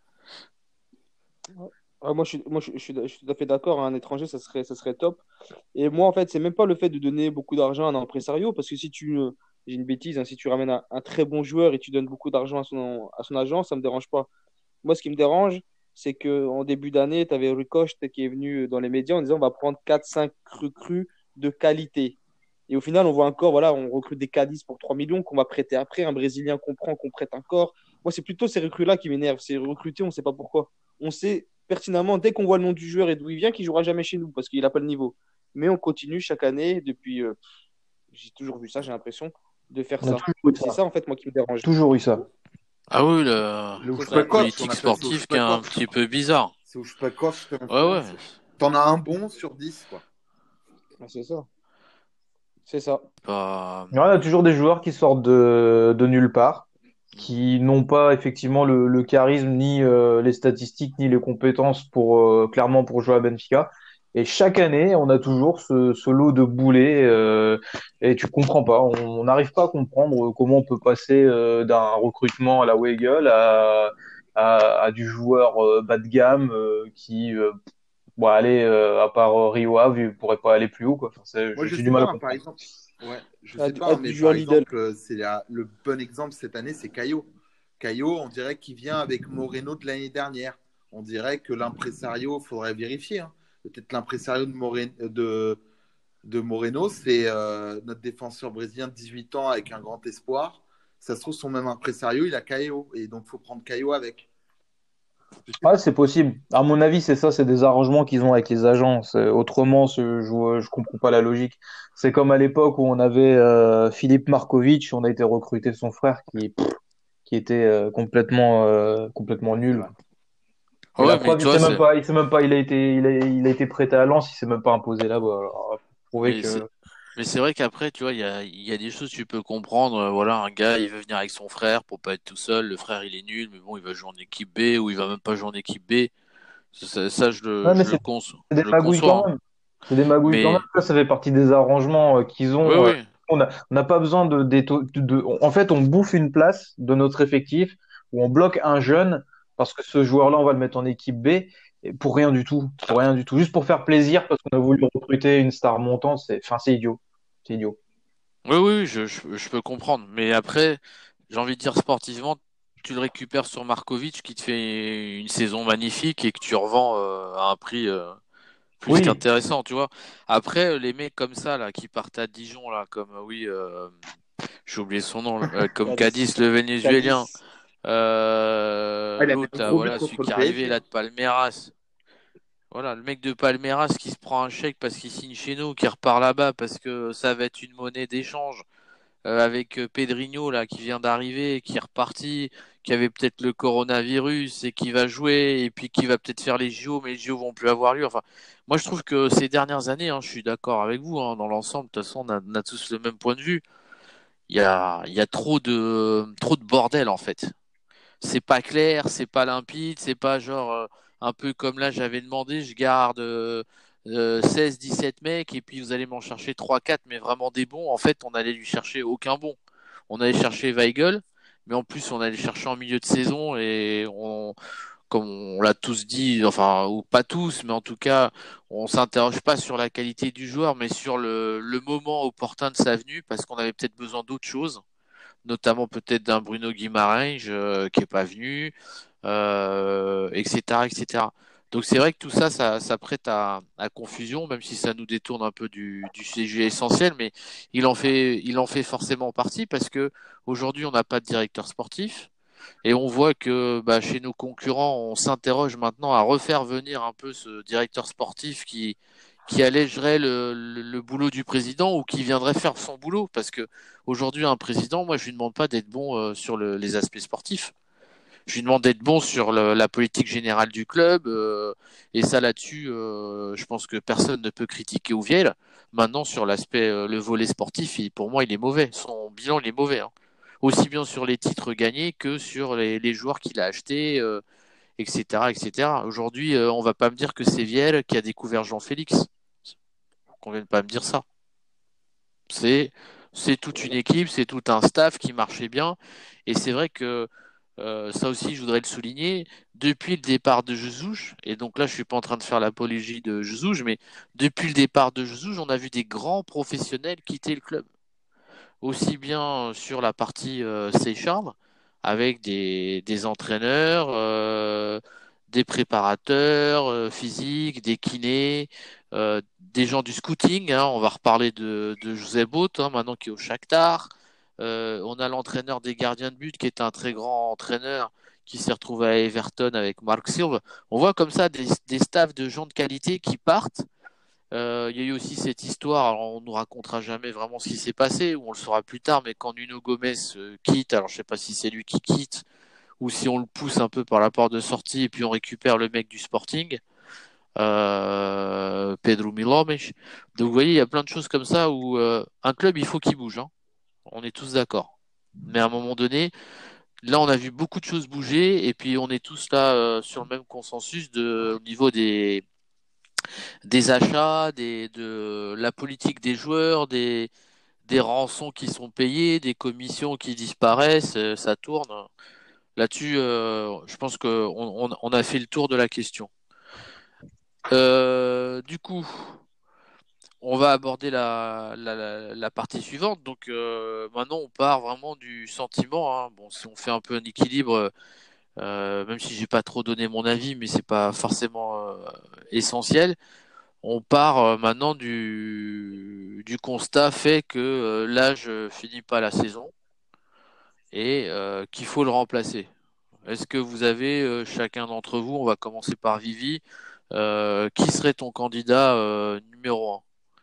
Ouais, moi, je suis, moi, je, je suis, je suis tout à fait d'accord. Un étranger, ça serait, ça serait top. Et moi, en fait, c'est même pas le fait de donner beaucoup d'argent à un impresario, parce que si tu, euh, j'ai une bêtise, hein, si tu ramènes un, un très bon joueur et tu donnes beaucoup d'argent à son, à son agent, ça me dérange pas. Moi, ce qui me dérange, c'est qu'en début d'année, tu avais Rui Costa qui est venu dans les médias en disant on va prendre quatre cinq recrues de qualité. Et au final, on voit encore, voilà, on recrute des Cadiz pour trois millions qu'on va prêter après, un Brésilien qu'on prend, qu'on prête encore. Moi, c'est plutôt ces recrues-là qui m'énervent. C'est recruter, on ne sait pas pourquoi. On sait pertinemment, dès qu'on voit le nom du joueur et d'où il vient, qu'il ne jouera jamais chez nous parce qu'il n'a pas le niveau. Mais on continue chaque année, depuis, euh, j'ai toujours vu ça, j'ai l'impression, de faire On a ça. toujours eu Et c'est ça. ça, en fait, moi, qui me dérange. Toujours eu ça. Ah oui, le, Le la Ushpekov, on politique appelle ça sportive qui est un Ushpekov. petit peu bizarre. C'est Ushpekov, je te Ouais, ouais. T'en as un bon sur dix, quoi. Ah, c'est ça. C'est ça. Pas... Il y a toujours des joueurs qui sortent de, de nulle part, qui n'ont pas effectivement le, le charisme, ni euh, les statistiques, ni les compétences pour euh, clairement pour jouer à Benfica. Et chaque année, on a toujours ce, ce lot de boulets euh, et tu comprends pas. On on n'arrive pas à comprendre comment on peut passer euh, d'un recrutement à la Weigel à, à, à du joueur euh, bas de gamme euh, qui, euh, bon, allez, euh, à part euh, Rio Ave, il pourrait pas aller plus haut, quoi. Enfin, c'est- Moi, j'ai je j'ai du sais mal à pas, hein, par comprendre. exemple. Ouais, je À, sais du pas, à hein, mais du par joueur Lidl. exemple, euh, c'est la- le bon exemple cette année, c'est Caio. Caio, on dirait qu'il vient avec Moreno de l'année dernière. On dirait que l'impresario, il faudrait vérifier, hein. Peut-être l'impresario de, More- de, de Moreno, c'est euh, notre défenseur brésilien de dix-huit ans avec un grand espoir. Ça se trouve, son même impresario, il a Caio. Et donc, il faut prendre Caio avec. Je sais Ouais, pas. c'est possible. À mon avis, c'est ça, c'est des arrangements qu'ils ont avec les agents. C'est- Autrement, c'est- je, vois- je comprends pas la logique. C'est comme à l'époque où on avait euh, Philippe Markovic, on a été recruter son frère qui, pff, qui était euh, complètement, euh, complètement C'est nul. vrai. Et la Ouais, mais preuve, tu il vois, sait même c'est, pas, il sait même pas, il a été, il a, il a été prêté à Lens, il s'est même pas imposé là-bas. Alors, faut prouver mais c'est, que. mais c'est vrai qu'après, tu vois, il y a, il y a des choses que tu peux comprendre. Euh, Voilà, un gars, il veut venir avec son frère pour pas être tout seul. Le frère, il est nul, mais bon, il va jouer en équipe B ou il va même pas jouer en équipe B. Ça, ça, ça, je le, Ouais, mais je le c'est conçois, c'est des je le magouilles conçois, quand hein. même. C'est des magouilles quand même. Mais, Ça, ça fait partie des arrangements euh, qu'ils oui, ont. euh. oui. On a, on n'a pas besoin de, d'éto- de, de- En fait, on bouffe une place de notre effectif où on bloque un jeune parce que ce joueur-là, on va le mettre en équipe B et pour rien du tout. Pour rien du tout. Juste pour faire plaisir parce qu'on a voulu recruter une star montante. C'est, enfin, c'est idiot. c'est idiot. Oui, oui, oui, je, je, je peux comprendre. Mais après, j'ai envie de dire sportivement, tu le récupères sur Markovic qui te fait une saison magnifique et que tu revends euh, à un prix euh, plus Oui, qu'intéressant, tu vois. Après, euh, les mecs comme ça, là, qui partent à Dijon, là, comme, euh, oui, euh, j'ai oublié son nom, là, euh, comme Cadiz. Cadiz, le Vénézuélien, Cadiz. Ah, euh, il a mis l'autre, un là, gros but voilà, celui contre le qui est arrivé, P S G. là, Hein. de Palmeiras. Voilà, le mec de Palmeiras qui se prend un chèque parce qu'il signe chez nous, qui repart là-bas parce que ça va être une monnaie d'échange euh, avec euh, Pedrinho là qui vient d'arriver, qui est reparti, qui avait peut-être le coronavirus et qui va jouer et puis qui va peut-être faire les J O, mais les J O vont plus avoir lieu. Enfin, moi je trouve que ces dernières années, hein, je suis d'accord avec vous, hein, dans l'ensemble, de toute façon on a, on a tous le même point de vue. Il y a, il y a trop de, trop de bordel en fait. C'est pas clair, c'est pas limpide, c'est pas genre euh, un peu comme là j'avais demandé, je garde euh, euh, seize dix-sept mecs et puis vous allez m'en chercher trois quatre mais vraiment des bons. En fait, on allait lui chercher aucun bon. On allait chercher Weigl, mais en plus on allait chercher en milieu de saison et on, comme on l'a tous dit, enfin ou pas tous, mais en tout cas, on s'interroge pas sur la qualité du joueur, mais sur le, le moment opportun de sa venue parce qu'on avait peut-être besoin d'autre chose, notamment peut-être d'un Bruno Guimaraes euh, qui est pas venu, euh, et cetera, et cetera. Donc c'est vrai que tout ça, ça, ça prête à, à confusion, même si ça nous détourne un peu du, du sujet essentiel, mais il en fait, il en fait forcément partie parce que aujourd'hui on n'a pas de directeur sportif et on voit que bah, chez nos concurrents, on s'interroge maintenant à refaire venir un peu ce directeur sportif qui qui allégerait le, le, le boulot du président ou qui viendrait faire son boulot parce que aujourd'hui un président, moi je lui demande pas d'être bon euh, sur le, les aspects sportifs. Je lui demande d'être bon sur le- la politique générale du club. Euh, et ça là-dessus, euh, je pense que personne ne peut critiquer Ouviel. Maintenant, sur l'aspect, euh, le volet sportif, il- pour moi, il est mauvais. Son bilan, il est mauvais. Hein. Aussi bien sur les titres gagnés que sur les, les joueurs qu'il a achetés, euh, et cetera, et cetera. Aujourd'hui, euh, on va pas me dire que c'est Viel qui a découvert Jean-Félix. Qu'on vienne pas me dire ça. C'est c'est toute une Voilà. équipe, c'est tout un staff qui marchait bien. Et c'est vrai que euh, ça aussi, je voudrais le souligner, depuis le départ de Jesus, et donc là, je suis pas en train de faire l'apologie de Jesus, mais depuis le départ de Jesus, on a vu des grands professionnels quitter le club. Aussi bien sur la partie euh, Seychelles, avec des, des entraîneurs, euh, des préparateurs euh, physiques, des kinés, euh, des gens du scouting. Hein, on va reparler de, de José Bot, hein, maintenant qui est au Shakhtar. Euh, on a l'entraîneur des gardiens de but qui est un très grand entraîneur qui s'est retrouvé à Everton avec Mark Silva. On voit comme ça des, des staffs de gens de qualité qui partent. Euh, il y a eu aussi cette histoire, alors on nous racontera jamais vraiment ce qui s'est passé, ou on le saura plus tard, mais quand Nuno Gomes euh, quitte, alors je sais pas si c'est lui qui quitte, ou si on le pousse un peu par la porte de sortie et puis on récupère le mec du Sporting, euh, Pedro Milomes. Donc vous voyez, il y a plein de choses comme ça où euh, un club, il faut qu'il bouge, hein. On est tous d'accord. Mais à un moment donné, là, on a vu beaucoup de choses bouger et puis on est tous là euh, sur le même consensus de, au niveau des, des achats, des, de la politique des joueurs, des, des rançons qui sont payées, des commissions qui disparaissent, euh, ça tourne. Là-dessus, euh, je pense qu'on on, on a fait le tour de la question. Euh, du coup, on va aborder la, la, la, la partie suivante. Donc euh, maintenant, on part vraiment du sentiment. Hein. Bon, si on fait un peu un équilibre, euh, même si j'ai pas trop donné mon avis, mais c'est pas forcément euh, essentiel. On part euh, maintenant du, du constat fait que euh, l'âge finit pas la saison et euh, qu'il faut le remplacer. Est-ce que vous avez, euh, chacun d'entre vous, on va commencer par Vivi, euh, qui serait ton candidat euh, numéro un?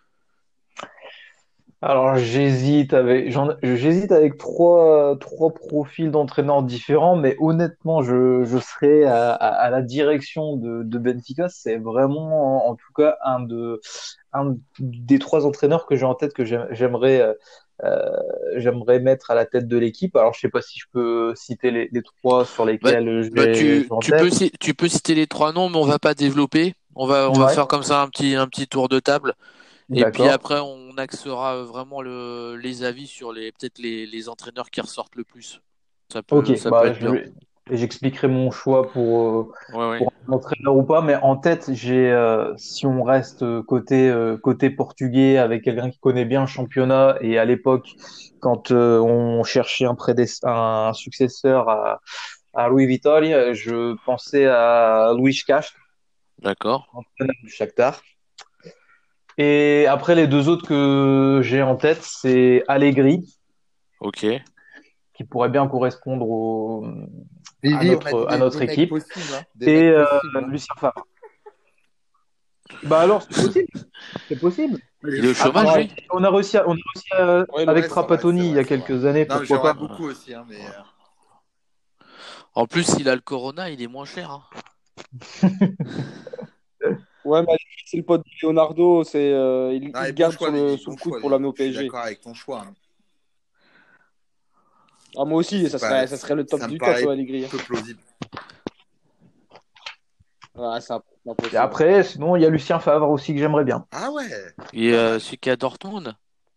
Alors j'hésite avec j'en- j'hésite avec trois trois profils d'entraîneurs différents, mais honnêtement je je serais à, à, à la direction de de Benfica. C'est vraiment en, en tout cas un de un des trois entraîneurs que j'ai en tête que j'aim- j'aimerais euh, euh, j'aimerais mettre à la tête de l'équipe. Alors je sais pas si je peux citer les, les trois sur Bah, lesquels bah j'ai tu, j'ai en tu peux, tête. ci- tu peux citer les trois noms, mais on va pas développer. On va, on va Ouais, faire comme ça un petit, un petit tour de table. Et puis d'accord. après, on axera euh, vraiment le, les avis sur les, peut-être les, les entraîneurs qui ressortent le plus. Ça peut, Ok, ça peut bah être je bien. vais et j'expliquerai mon choix pour, euh, Ouais, ouais. pour un entraîneur ou pas. Mais en tête, j'ai, euh, si on reste côté, euh, côté portugais avec quelqu'un qui connaît bien le championnat et à l'époque, quand euh, on cherchait un, prédé- un successeur à, à Rui Vitória, je pensais à Luís Castro, D'accord. entraîneur du Shakhtar. Et après, les deux autres que j'ai en tête, c'est Allegri, Ok. qui pourrait bien correspondre au, à Vivi, on a dit notre, à des, notre des mecs équipe, possibles, hein. Des et mecs euh, possibles, hein. Lucien Favre. Bah alors, c'est possible, c'est possible. Il est au Ah non, chômage, Ouais, lui? On a réussi, à- on a réussi à- ouais, le- avec ouais, c'est vrai, c'est Trapattoni il y vrai, a c'est vrai. quelques années, Non, mais pourquoi j'aimerais pas. beaucoup aussi, hein, mais euh, En plus, s'il a le corona, il est moins cher, hein. ouais, mais c'est le pote de Leonardo, c'est, euh, il, non, il et le bon garde choix, sur le, Vivi, sous bon le coude choix, pour Vivi. l'amener au Je suis P S G. d'accord avec ton choix, hein. Ah, moi aussi, C'est ça pas, serait, ça serait le top ça me du top, paraît euh, Allegri. peu plausible. Ouais, c'est Et impossible. après, sinon, il y a Lucien Favre aussi que j'aimerais bien. Ah ouais, Et pas euh, mal. celui qui est à Dortmund?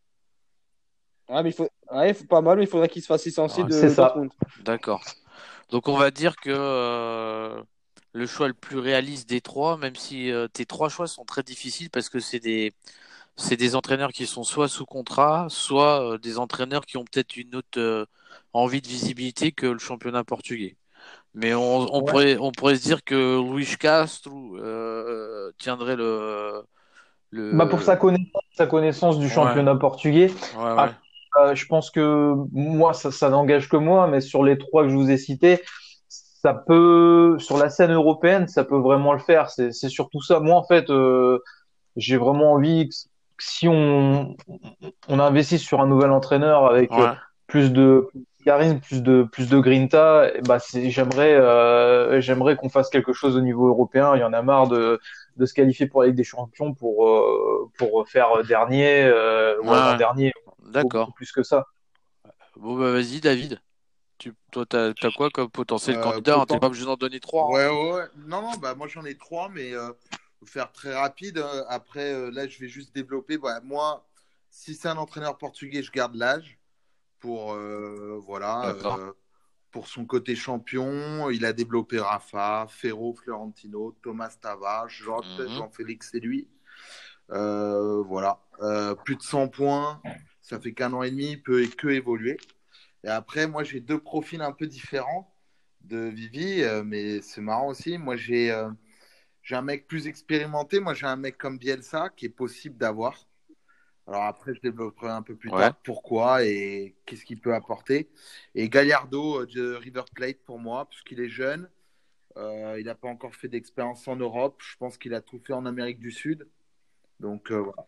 Ouais, mais il faut, ouais, il faut pas mal, mais il faudrait qu'il se fasse licencier Ouais, C'est de ça. Dortmund. d'accord. Donc, on va dire que euh, le choix le plus réaliste des trois, même si euh, tes trois choix sont très difficiles parce que c'est des, c'est des entraîneurs qui sont soit sous contrat, soit euh, des entraîneurs qui ont peut-être une autre euh, envie de visibilité que le championnat portugais. Mais on, on Ouais. pourrait, on pourrait se dire que Luis Castro euh, tiendrait le, Bah pour sa le, connaissance, sa connaissance du ouais, championnat portugais, ouais, ouais, après, euh, je pense que moi, ça, ça n'engage que moi, mais sur les trois que je vous ai cités, ça peut, sur la scène européenne, ça peut vraiment le faire. C'est, c'est surtout ça. Moi, en fait, euh, j'ai vraiment envie que si on, on investit sur un nouvel entraîneur avec euh, ouais. plus de charisme, plus de plus de grinta, eh bah c'est, j'aimerais euh, j'aimerais qu'on fasse quelque chose au niveau européen. Il y en a marre de de se qualifier pour la Ligue des Champions pour euh, pour faire dernier euh, Ouais, ou ouais. avant-dernier. Il faut beaucoup D'accord. plus que ça. Bon, bah, vas-y, David. Tu, toi, t'as, t'as quoi comme potentiel Euh, candidat, hein? T'es potent- pas obligé d'en donner trois, Ouais, ouais, ouais. Non, non, bah moi j'en ai trois, mais euh, faut faire très rapide. Euh, Après, euh, là, je vais juste développer. Bah, moi, si c'est un entraîneur portugais, je garde l'âge pour euh, hein. voilà, D'accord. euh, pour son côté champion. Il a développé Rafa, Ferro, Florentino, Thomas Tavares, Jota, Mhm. Jean-Félix, c'est lui. Euh, voilà. Euh, plus de cent points, ça fait qu'un an et demi, il peut que évoluer. Et après, moi, j'ai deux profils un peu différents de Vivi, euh, mais c'est marrant aussi. Moi, j'ai euh, j'ai un mec plus expérimenté. Moi, j'ai un mec comme Bielsa qui est possible d'avoir. Alors après, je développerai un peu plus Ouais. tard pourquoi et qu'est-ce qu'il peut apporter. Et Gallardo euh, de River Plate pour moi, puisqu'il est jeune. Euh, il n'a pas encore fait d'expérience en Europe. Je pense qu'il a tout fait en Amérique du Sud. Donc euh, voilà.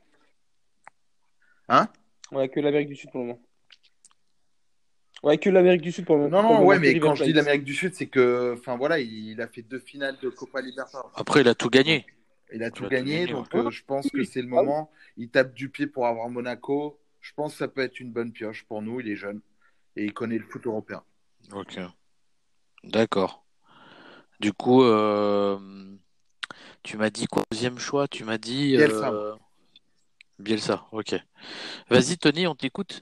Hein? Ouais, que l'Amérique du Sud pour le moment. Ouais, que l'Amérique du Sud pour le, Non, pour le non, moment, ouais, que mais River quand je dis Plate. l'Amérique du Sud, c'est que, enfin voilà, il, il a fait deux finales de Copa Libertadores. Après, il a tout Donc, gagné. il a Il tout a tout gagné, gagné, ouais. donc Ouais, euh, je pense que oui. c'est le Ah oui. moment. Il tape du pied pour avoir Monaco. Je pense que ça peut être une bonne pioche pour nous. Il est jeune et il connaît le foot européen. Ok. D'accord. Du coup, euh, tu m'as dit quoi? Deuxième choix, tu m'as dit Bielsa, moi. euh, Bielsa. Ok. Vas-y, Tony, on t'écoute.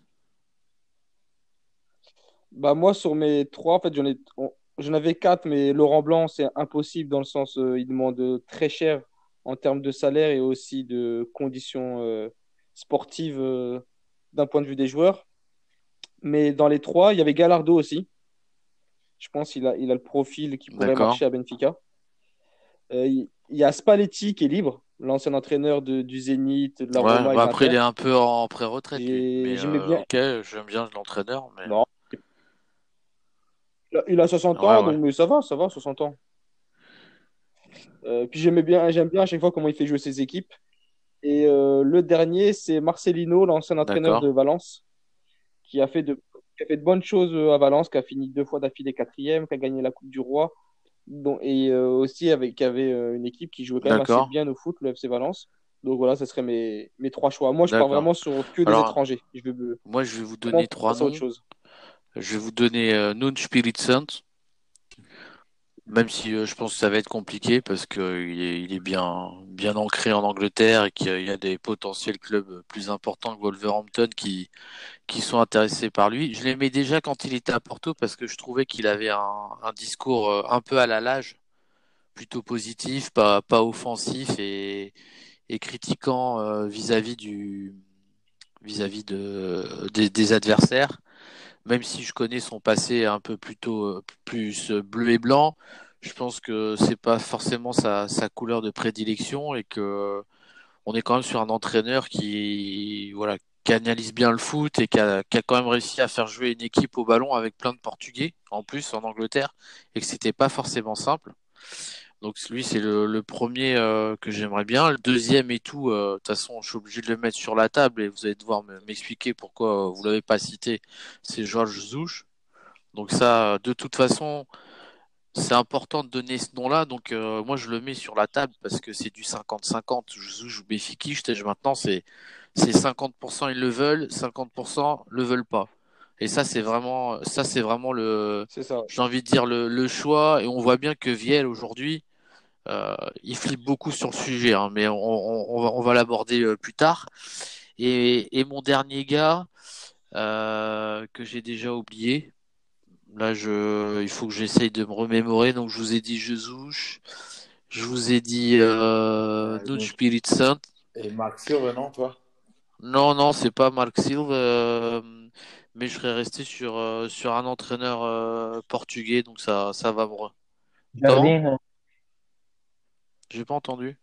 Bah moi, sur mes trois, en fait, j'en ai, on- j'en avais quatre, mais Laurent Blanc, c'est impossible dans le sens, euh, il demande euh, très cher en termes de salaire et aussi de conditions euh, sportives euh, d'un point de vue des joueurs. Mais dans les trois, il y avait Gallardo aussi. Je pense qu'il a, il a le profil qui pourrait D'accord. marcher à Benfica. Euh, il il y a Spalletti qui est libre, l'ancien entraîneur de- du Zénith, de la Ouais. Roma et Bah de après, il l'Inter. est un peu en pré-retraite, lui. J'ai- Mais J'aimais euh, bien. ok, j'aime bien l'entraîneur, mais Non, il a, il a soixante ouais, ans, ouais. donc mais ça va, ça va, soixante ans. Euh, puis j'aimais bien, j'aime bien à chaque fois comment il fait jouer ses équipes. Et euh, le dernier, c'est Marcelino, l'ancien entraîneur D'accord. de Valence, qui a fait de, qui a fait de bonnes choses euh, à Valence, qui a fini deux fois d'affilée quatrième, qui a gagné la Coupe du Roi, dont- et euh, aussi avec, qui avait euh, une équipe qui jouait quand même assez D'accord. bien au foot, le F C Valence. Donc voilà, ce seraient mes, mes trois choix. Moi, je pars D'accord. vraiment sur que des Alors, étrangers. Je veux moi, je vais vous vraiment donner trois passer à autre noms. chose. Je vais vous donner euh, Nuno Espírito Santo, Même si euh, je pense que ça va être compliqué parce que euh, il est, il est bien, bien ancré en Angleterre et qu'il y a il y a des potentiels clubs plus importants que Wolverhampton qui, qui sont intéressés par lui. Je l'aimais déjà quand il était à Porto parce que je trouvais qu'il avait un, un discours euh, un peu à la Lage, plutôt positif, pas, pas offensif et, et critiquant euh, vis-à-vis du, vis-à-vis de, des, des adversaires. Même si je connais son passé un peu plutôt euh, plus bleu et blanc, je pense que c'est pas forcément sa, sa couleur de prédilection et que on est quand même sur un entraîneur qui, voilà, qui analyse bien le foot et qui a, qui a quand même réussi à faire jouer une équipe au ballon avec plein de Portugais en plus en Angleterre et que c'était pas forcément simple. Donc lui c'est le, le premier euh, que j'aimerais bien. Le deuxième et tout, euh, de toute façon je suis obligé de le mettre sur la table et vous allez devoir me- m'expliquer pourquoi euh, vous l'avez pas cité. C'est Georges Zouch. Donc ça, de toute façon, c'est important de donner ce nom-là. Donc euh, moi je le mets sur la table parce que c'est du cinquante cinquante. Zouch ou Béfiki, je t'ai- maintenant c'est c'est cinquante pour cent ils le veulent, cinquante pour cent le veulent pas. Et ça c'est vraiment ça c'est vraiment le C'est ça. j'ai envie de dire le, le choix et on voit bien que Viel aujourd'hui euh, il flippe beaucoup sur le sujet, hein, mais on, on, on va, on va l'aborder euh, plus tard. Et, et mon dernier gars, euh, que j'ai déjà oublié, là je, il faut que j'essaye de me remémorer, donc je vous ai dit Jesus, je vous ai dit euh, Euh, Nuno donc, Spirit Saint. et Marc Survenant, toi? Non, non, c'est pas Mark Silva, euh, mais je serais resté sur, euh, sur un entraîneur euh, portugais, donc ça, ça va me... re- Comment? Jardim, J'ai pas entendu.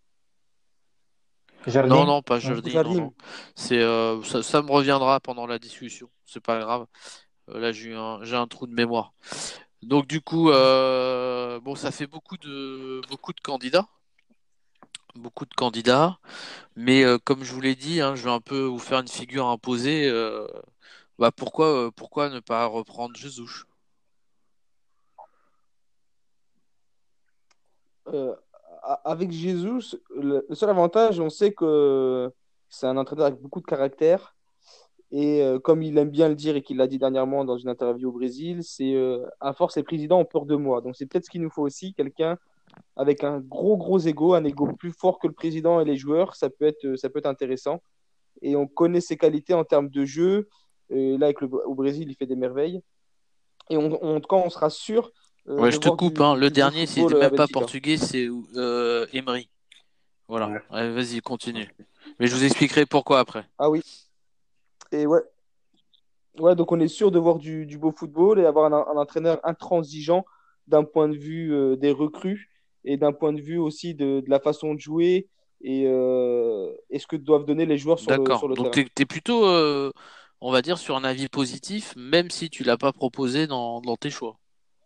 Non, Jardim, non, pas non? Jordi, non, Jardim. non. C'est, euh, ça, ça me reviendra pendant la discussion. C'est pas grave. Euh, là, j'ai eu un, j'ai un trou de mémoire. Donc, du coup, euh, bon, ça fait beaucoup de, beaucoup de candidats, beaucoup de candidats. Mais euh, comme je vous l'ai dit, hein, je vais un peu vous faire une figure imposée. Euh, bah, pourquoi, euh, pourquoi ne pas reprendre Jesus? Euh, a- avec Jesus, le, le seul avantage, on sait que c'est un entraîneur avec beaucoup de caractère. Et euh, comme il aime bien le dire et qu'il l'a dit dernièrement dans une interview au Brésil, c'est euh, à force, les présidents ont peur de moi. Donc c'est peut-être ce qu'il nous faut aussi, quelqu'un avec un gros, gros ego, un ego plus fort que le président et les joueurs. Ça peut être, ça peut être intéressant. Et on connaît ses qualités en termes de jeu. Et là, avec le, au Brésil, il fait des merveilles. Et on, on- en tout cas, on sera sûr euh, Ouais, de je te voir coupe, hein. du, Le du beau dernier, football c'est euh, à même pas Benfica. portugais, c'est euh, Emery. Voilà. Ouais. Ouais, vas-y, continue. Mais je vous expliquerai pourquoi après. Ah oui. Et ouais, ouais, donc on est sûr de voir du, du beau football et avoir un, un entraîneur intransigeant d'un point de vue euh, des recrues et d'un point de vue aussi de, de la façon de jouer et, euh, et ce que doivent donner les joueurs sur le, D'accord. sur le Donc terrain. t'es, t'es plutôt, euh, on va dire, sur un avis positif, même si tu l'as pas proposé dans, dans tes choix.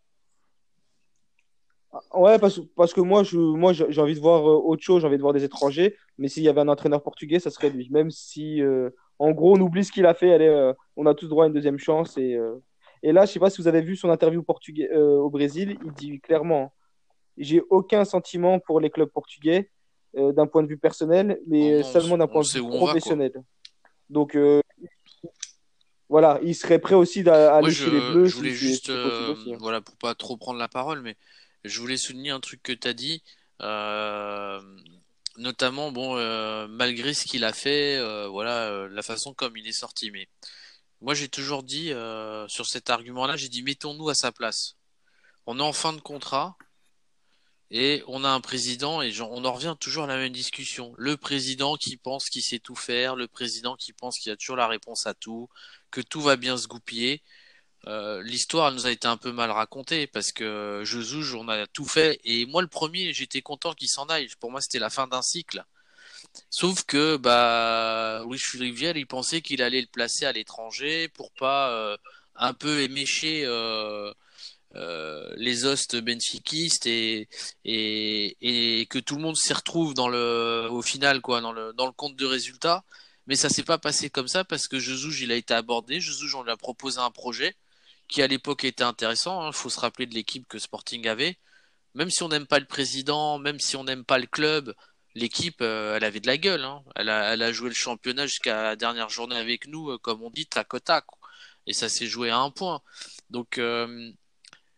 Ouais, parce, parce que moi, je, moi j'ai j'ai envie de voir euh, autre chose, j'ai envie de voir des étrangers, mais s'il y avait un entraîneur portugais, ça serait lui. Même si, euh, en gros, on oublie ce qu'il a fait, allez, euh, on a tous droit à une deuxième chance. Et, euh, et là, je sais pas si vous avez vu son interview portugais, euh, au Brésil, il dit clairement, j'ai aucun sentiment pour les clubs portugais euh, d'un point de vue personnel, Non, mais non, on, s- seulement d'un on point de sait vue où on va, quoi. professionnel. Donc euh, voilà, il serait prêt aussi d'a- à Moi, aller chez les je, Bleus je si voulais c'est si juste, c'est possible euh, aussi, hein. voilà, pour pas trop prendre la parole, mais je voulais souligner un truc que t'as dit, euh, notamment, bon, euh, malgré ce qu'il a fait, euh, voilà, euh, la façon comme il est sorti. Mais moi, j'ai toujours dit, euh, sur cet argument-là, j'ai dit, mettons-nous à sa place. On est en fin de contrat. Et on a un président, et genre, on en revient toujours à la même discussion. Le président qui pense qu'il sait tout faire, le président qui pense qu'il a toujours la réponse à tout, que tout va bien se goupiller. Euh, l'histoire elle nous a été un peu mal racontée parce que Jesus, on a tout fait. Et moi, le premier, j'étais content qu'il s'en aille. Pour moi, c'était la fin d'un cycle. Sauf que bah, Luis Rivière, il pensait qu'il allait le placer à l'étranger pour pas euh, un peu émécher. Euh, euh, les hostes benfiquistes et, et, et que tout le monde s'y retrouve dans le, au final, quoi, dans le, dans le compte de résultats. Mais ça s'est pas passé comme ça parce que Jesus, il a été abordé. Jesus, on lui a proposé un projet qui à l'époque était intéressant. Il hein. faut se rappeler de l'équipe que Sporting avait. Même si on n'aime pas le président, même si on n'aime pas le club, l'équipe, euh, elle avait de la gueule. Hein. Elle, a, elle a joué le championnat jusqu'à la dernière journée avec nous, euh, comme on dit, tac au tac. Et ça s'est joué à un point. Donc, euh,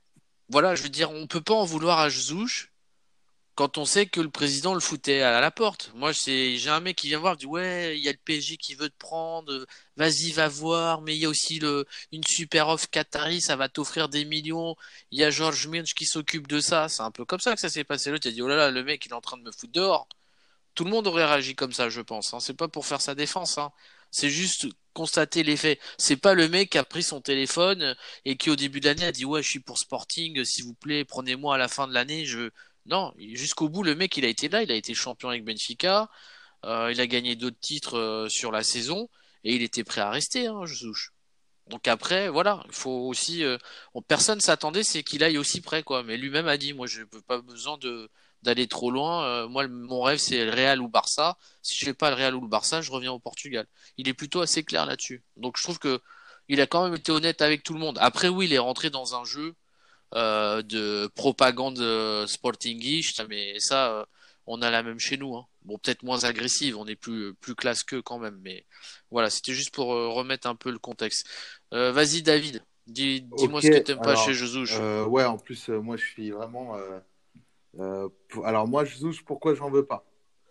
voilà, je veux dire, on peut pas en vouloir à Jesus quand on sait que le président le foutait à la porte. Moi, c'est, j'ai un mec qui vient voir, dit ouais, il y a le P S G qui veut te prendre, euh, vas-y, va voir, mais il y a aussi le, une super offre Qatari, ça va t'offrir des millions. Il y a George Minch qui s'occupe de ça. C'est un peu comme ça que ça s'est passé. L'autre, il a dit oh là là, le mec, il est en train de me foutre dehors. Tout le monde aurait réagi comme ça, je pense. Hein. C'est pas pour faire sa défense. Hein. C'est juste constater les faits. C'est pas le mec qui a pris son téléphone et qui au début de l'année a dit ouais, je suis pour Sporting, s'il vous plaît, prenez-moi à la fin de l'année. Je non, jusqu'au bout, le mec, il a été là, il a été champion avec Benfica, euh, il a gagné d'autres titres euh, sur la saison et il était prêt à rester, hein, Jesus. Donc après, voilà, il faut aussi. Euh, on- personne s'attendait, c'est qu'il aille aussi près, quoi. Mais lui-même a dit, moi, je n'ai pas besoin de d'aller trop loin. Euh, moi, le- mon rêve, c'est le Real ou Barça. Si je fais pas le Real ou le Barça, je reviens au Portugal. Il est plutôt assez clair là-dessus. Donc je trouve que il a quand même été honnête avec tout le monde. Après, oui, il est rentré dans un jeu euh, de propagande euh, sportingiste, mais ça, euh, on a la même chez nous. Hein. Bon, peut-être moins agressive, on est plus plus classe qu'eux quand même, mais voilà, c'était juste pour euh, remettre un peu le contexte. Euh, vas-y David, dis, dis-moi Ok, ce que t'aimes pas chez alors, Jesus. euh, ouais, en plus, euh, moi, je suis vraiment. euh, euh, pour- Alors, moi, Jesus, pourquoi j'en veux pas?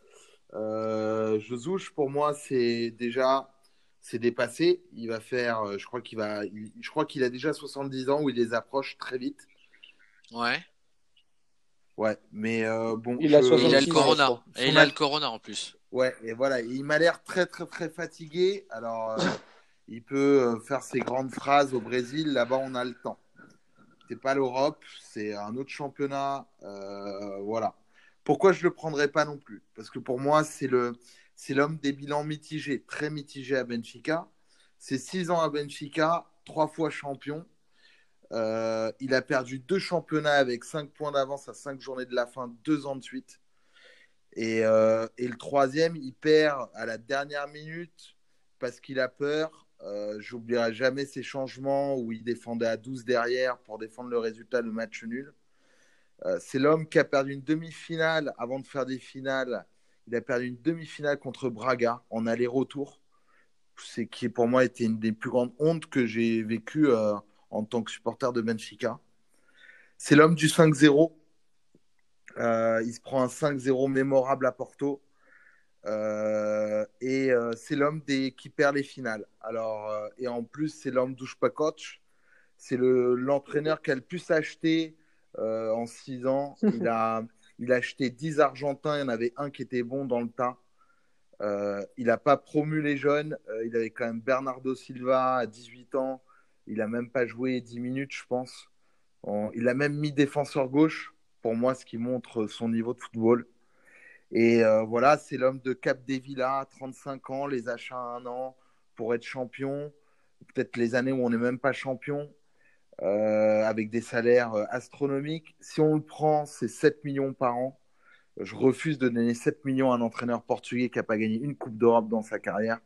Euh, Jesus, pour moi, c'est déjà. C'est dépassé. Il va faire. euh, Je crois qu'il va. il- Je crois qu'il a déjà soixante-dix ans où il les approche très vite. Ouais. Ouais, mais euh, bon, Il a Et il je. a le soixante-six ans, Son, je corona. crois. Et son il a le act- corona en plus. Ouais, et voilà, il m'a l'air très, très, très fatigué. Alors, euh, il peut euh, faire ses grandes phrases au Brésil. Là-bas, on a le temps. C'est pas l'Europe, c'est un autre championnat. Euh, voilà. Pourquoi je le prendrais pas non plus? Parce que pour moi, c'est le, c'est l'homme des bilans mitigés, très mitigés à Benfica. C'est six ans à Benfica, trois fois champion. Euh, il a perdu deux championnats avec cinq points d'avance à cinq journées de la fin, deux ans de suite. Et, euh, et le troisième, il perd à la dernière minute parce qu'il a peur. Euh, J'oublierai jamais ces changements où il défendait à douze derrière pour défendre le résultat, le match nul. Euh, c'est l'homme qui a perdu une demi-finale avant de faire des finales. Il a perdu une demi-finale contre Braga en aller-retour. C'est qui pour moi était une des plus grandes hontes que j'ai vécues euh, en tant que supporter de Benfica. C'est l'homme du cinq zéro. Euh, il se prend un cinq zéro mémorable à Porto. Euh, et euh, c'est l'homme des, qui perd les finales. Alors, euh, et en plus, c'est l'homme d'Ushpa Coach. C'est le, l'entraîneur qui a le plus acheté euh, en six ans. Il a, il a acheté dix Argentins. Il y en avait un qui était bon dans le tas. Euh, il n'a pas promu les jeunes. Euh, il avait quand même Bernardo Silva à dix-huit ans. Il n'a même pas joué dix minutes, je pense. On- il a même mis défenseur gauche, pour moi, ce qui montre son niveau de football. Et euh, voilà, c'est l'homme de Capdevila, trente-cinq ans, les achats à un an pour être champion. Peut-être les années où on n'est même pas champion, euh, avec des salaires euh, astronomiques. Si on le prend, c'est sept millions par an. Je refuse de donner sept millions à un entraîneur portugais qui n'a pas gagné une Coupe d'Europe dans sa carrière.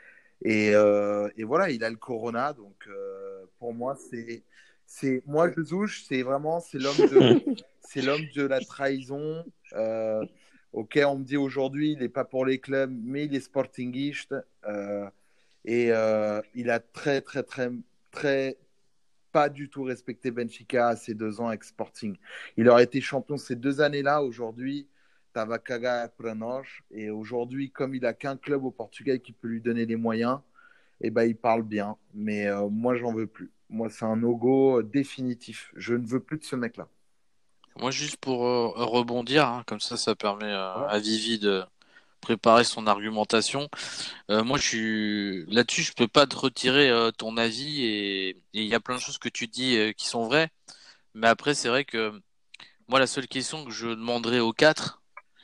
Et, euh, et voilà, il a le Corona. Donc euh, pour moi, c'est, c'est moi, Jesus, c'est vraiment c'est l'homme de, c'est l'homme de la trahison. Euh, ok, on me dit aujourd'hui, il n'est pas pour les clubs, mais il est sportingiste. Euh, et euh, il a très, très, très, très, pas du tout respecté Benfica à ses deux ans avec Sporting. Il aurait été champion ces deux années-là. Aujourd'hui, Tava caga para nós. Et aujourd'hui, comme il a qu'un club au Portugal qui peut lui donner les moyens, eh ben, il parle bien. Mais euh, moi, j'en veux plus. Moi, c'est un no-go définitif. Je ne veux plus de ce mec-là. Moi, juste pour euh, rebondir, hein, comme ça, ça permet euh, Ouais. à Vivi de préparer son argumentation. Euh, moi, je suis là-dessus, je peux pas te retirer euh, ton avis et et il y a plein de choses que tu dis euh, qui sont vraies. Mais après, c'est vrai que moi, la seule question que je demanderais aux quatre,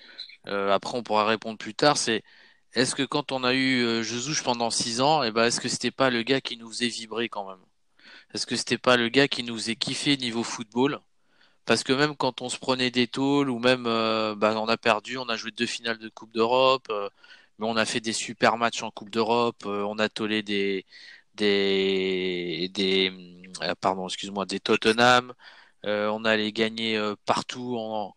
euh, après on pourra répondre plus tard, c'est est-ce que quand on a eu euh, Jesus pendant six ans, et ben est-ce que c'était pas le gars qui nous faisait vibrer quand même? Est-ce que c'était pas le gars qui nous faisait kiffer niveau football? Parce que même quand on se prenait des tôles ou même euh, bah, on a perdu, on a joué deux finales de Coupe d'Europe, euh, mais on a fait des super matchs en Coupe d'Europe, euh, on a tollé des des des euh, pardon, excuse-moi, des Tottenham, euh, on allait gagner euh, partout en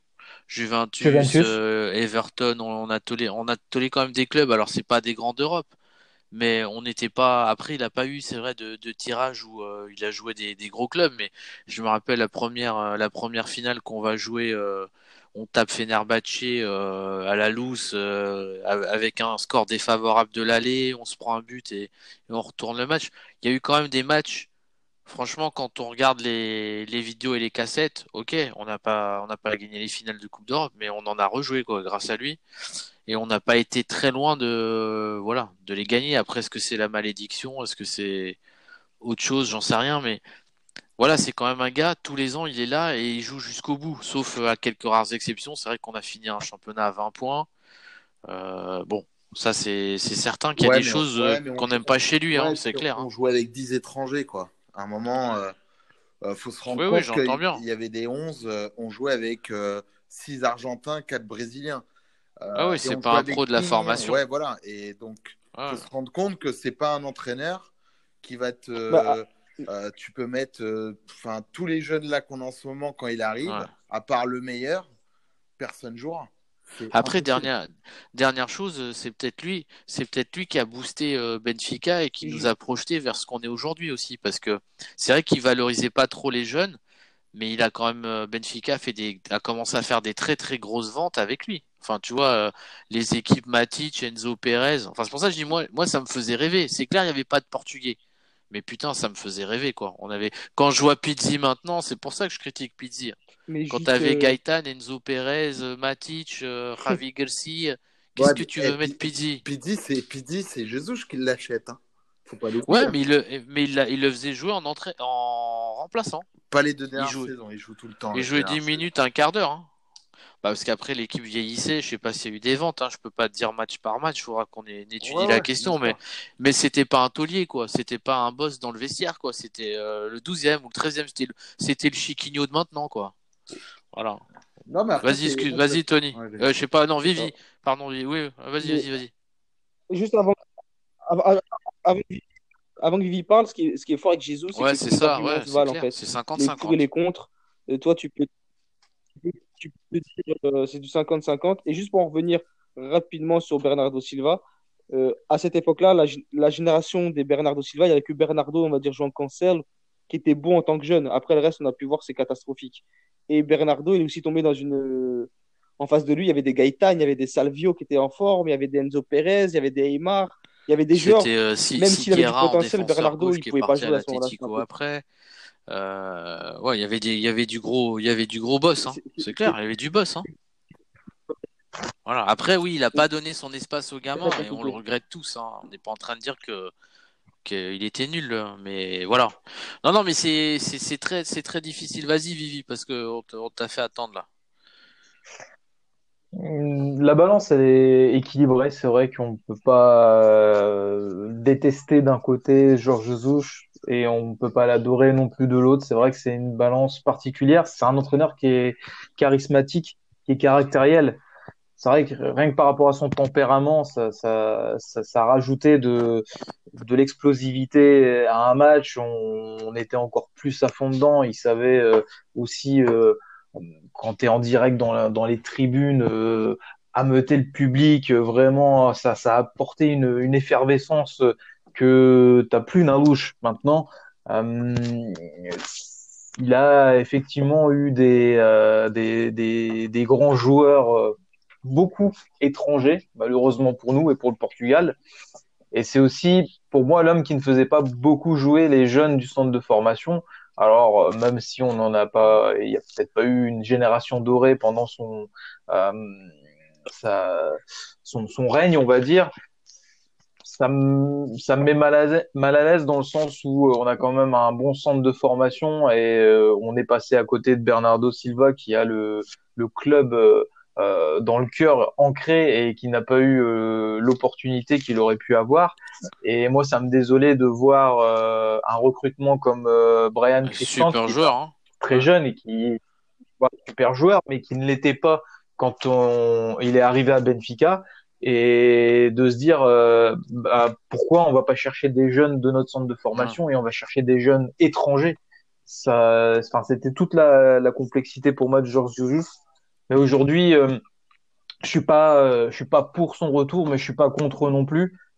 Juventus, Juventus. euh, Everton, on, on a tollé on a tollé quand même des clubs. Alors c'est pas des grands d'Europe, mais on n'était pas. Après, il a pas eu, c'est vrai, de, de tirage où euh, il a joué des, des gros clubs, mais je me rappelle la première, euh, la première finale qu'on va jouer. Euh, on tape Fenerbahçe euh, à la loose euh, avec un score défavorable de l'aller, on se prend un but et, et on retourne le match. Il y a eu quand même des matchs. Franchement, quand on regarde les, les vidéos et les cassettes, ok, on n'a pas, on n'a pas gagné les finales de Coupe d'Europe, mais on en a rejoué quoi, grâce à lui. Et on n'a pas été très loin de, voilà, de les gagner. Après, est-ce que c'est la malédiction? Est-ce que c'est autre chose? J'en sais rien, mais voilà, c'est quand même un gars, tous les ans, il est là et il joue jusqu'au bout. Sauf euh, à quelques rares exceptions. C'est vrai qu'on a fini un championnat à vingt points. Euh, bon, ça, c'est, c'est certain qu'il y a Ouais, des mais on, choses euh, ouais, mais on, qu'on n'aime pas on- chez lui, hein, ouais, c'est puis on, clair, on hein. jouait avec dix étrangers, quoi. À un moment, euh, euh, faut se rendre Oui, oui, compte j'entends qu'il bien. y avait des onze, euh, on jouait avec euh, six Argentins, quatre Brésiliens. Ah Euh, oui, et c'est on pas jouait un pro avec de la combien? formation. Ouais, voilà. Et donc, faut Ouais. se rendre compte que c'est pas un entraîneur qui va te. Bah, ah, euh, euh, tu peux mettre, euh, enfin, tous les jeunes là qu'on a en ce moment, quand il Ouais. arrive, à part le meilleur, personne jouera. C'est Après, impossible. dernière, dernière chose, euh, c'est peut-être lui, c'est peut-être lui qui a boosté euh, Benfica et qui nous je- a projeté vers ce qu'on est aujourd'hui aussi, parce que c'est vrai qu'il valorisait pas trop les jeunes, mais il a quand même euh, Benfica fait des, a commencé à faire des très très grosses ventes avec lui. Enfin, tu vois, euh, les équipes Matic, Enzo Perez. Enfin, c'est pour ça que je dis moi, moi ça me faisait rêver. C'est clair, il n'y avait pas de Portugais. Mais putain, ça me faisait rêver, quoi. On avait, quand je vois Pizzi maintenant, c'est pour ça que je critique Pizzi. mais Quand juste, t'avais euh, Gaëtan, Enzo Pérez, euh, Matic, euh, Javi Garcia, qu'est-ce Ouais, que mais, tu eh, veux mettre Pi- Pizzi? Pidi, c'est Pidi, c'est Jesus qui l'achète. Hein. Faut pas l'oublier. Ouais, Hein. mais il le, mais il, l'a- il le faisait jouer en entrée, en remplaçant. Pas les deux Il dernières jouait, saisons, il joue tout le temps il les deux jouait dernières dix saisons. minutes, un quart d'heure, hein. Bah, parce qu'après l'équipe vieillissait, je sais pas s'il y a eu des ventes, hein. Je peux pas te dire match par match, il faudra qu'on ait- Ouais, étudie la ouais, bien question, mais, sûr. mais c'était pas un taulier, quoi. C'était pas un boss dans le vestiaire, quoi. C'était euh, le douzième ou le treizième, c'était le, c'était le Chiquinho de maintenant, quoi. Voilà. Non, mais après, Vas-y, c'est. excuse, Moi, je suis vas-y, d'accord. Tony. Ouais, Euh, vas-y. je sais pas, non, euh, Vivi. Pardon, Vivi. Oui, oui, vas-y, mais vas-y, vas-y. juste avant, avant, avant, avant que Vivi parle, ce qui est, ce qui est fort avec Jesus, c'est Ouais, que c'est tous les ça, arguments ouais, se c'est valent en clair. fait. C'est Les pour et les cinquante cinquante. contre. Et toi, tu peux, tu peux dire euh, c'est du cinquante cinquante. Et juste pour en revenir rapidement sur Bernardo Silva, euh, à cette époque-là, la, gé- la génération des Bernardo Silva, il n'y avait que Bernardo, on va dire João Cancelo, qui était bon en tant que jeune. Après le reste, on a pu voir, c'est catastrophique. Et Bernardo, il est aussi tombé dans une. euh, En face de lui, il y avait des Gaëtan, il y avait des Salvio qui étaient en forme, il y avait des Enzo Perez, il y avait des Aymar, il y avait des joueurs, C'était euh, Si- même s'il avait du Siguera en potentiel, défenseur Bernardo, gauche il qui est pouvait pas parti à jouer à ce moment-là. C'était l'Atlético impossible. après. Euh, ouais, il y avait des, il y avait du gros, il y avait du gros boss, hein. C'est- C'est c'est- clair, il y avait du boss, hein. Voilà. Après, oui, il a c'est pas donné son espace aux très gamins et on le compliqué. regrette tous, hein. On n'est pas en train de dire que qu'il était nul, hein, mais voilà. Non, non, mais c'est c'est c'est très c'est très difficile. Vas-y, Vivi, parce que on t- on t'a fait attendre là. Hum, La balance, elle est équilibrée. C'est vrai qu'on ne peut pas euh, détester d'un côté Georges Jesus et on ne peut pas l'adorer non plus de l'autre. C'est vrai que c'est une balance particulière. C'est un entraîneur qui est charismatique, qui est caractériel. C'est vrai que rien que par rapport à son tempérament, ça, ça, ça, ça rajoutait de, de l'explosivité à un match. On, on était encore plus à fond dedans. Il savait euh, aussi, euh, quand tu es en direct dans, la- dans les tribunes, euh, ameuter le public. euh, Vraiment, ça, ça a apporté une, une effervescence que t'as plus d'un louche maintenant. Euh, il a effectivement eu des, euh, des, des, des grands joueurs, euh, beaucoup étrangers, malheureusement pour nous et pour le Portugal. Et c'est aussi, pour moi, l'homme qui ne faisait pas beaucoup jouer les jeunes du centre de formation. Alors, euh, même si on n'en a pas, il n'y a peut-être pas eu une génération dorée pendant son, euh, sa, son, son règne, on va dire, ça me, ça me met mal à, l'aise- mal à l'aise dans le sens où euh, on a quand même un bon centre de formation et euh, on est passé à côté de Bernardo Silva qui a le, le club euh, euh, dans le cœur ancré et qui n'a pas eu euh, l'opportunité qu'il aurait pu avoir. Et moi, ça me désolait de voir euh, un recrutement comme euh, Brian Un Christian super qui est un joueur, hein. très Ouais. jeune et qui est un super joueur, mais qui ne l'était pas quand on, il est arrivé à Benfica et de se dire euh, bah, pourquoi on va pas chercher des jeunes de notre centre de Ouais. formation et on va chercher des jeunes étrangers. Ça, enfin, c'était toute la, la complexité pour moi de Georges Jesus. Mais aujourd'hui, euh, je suis pas, euh, je suis pas pour son retour, mais je suis pas contre non plus.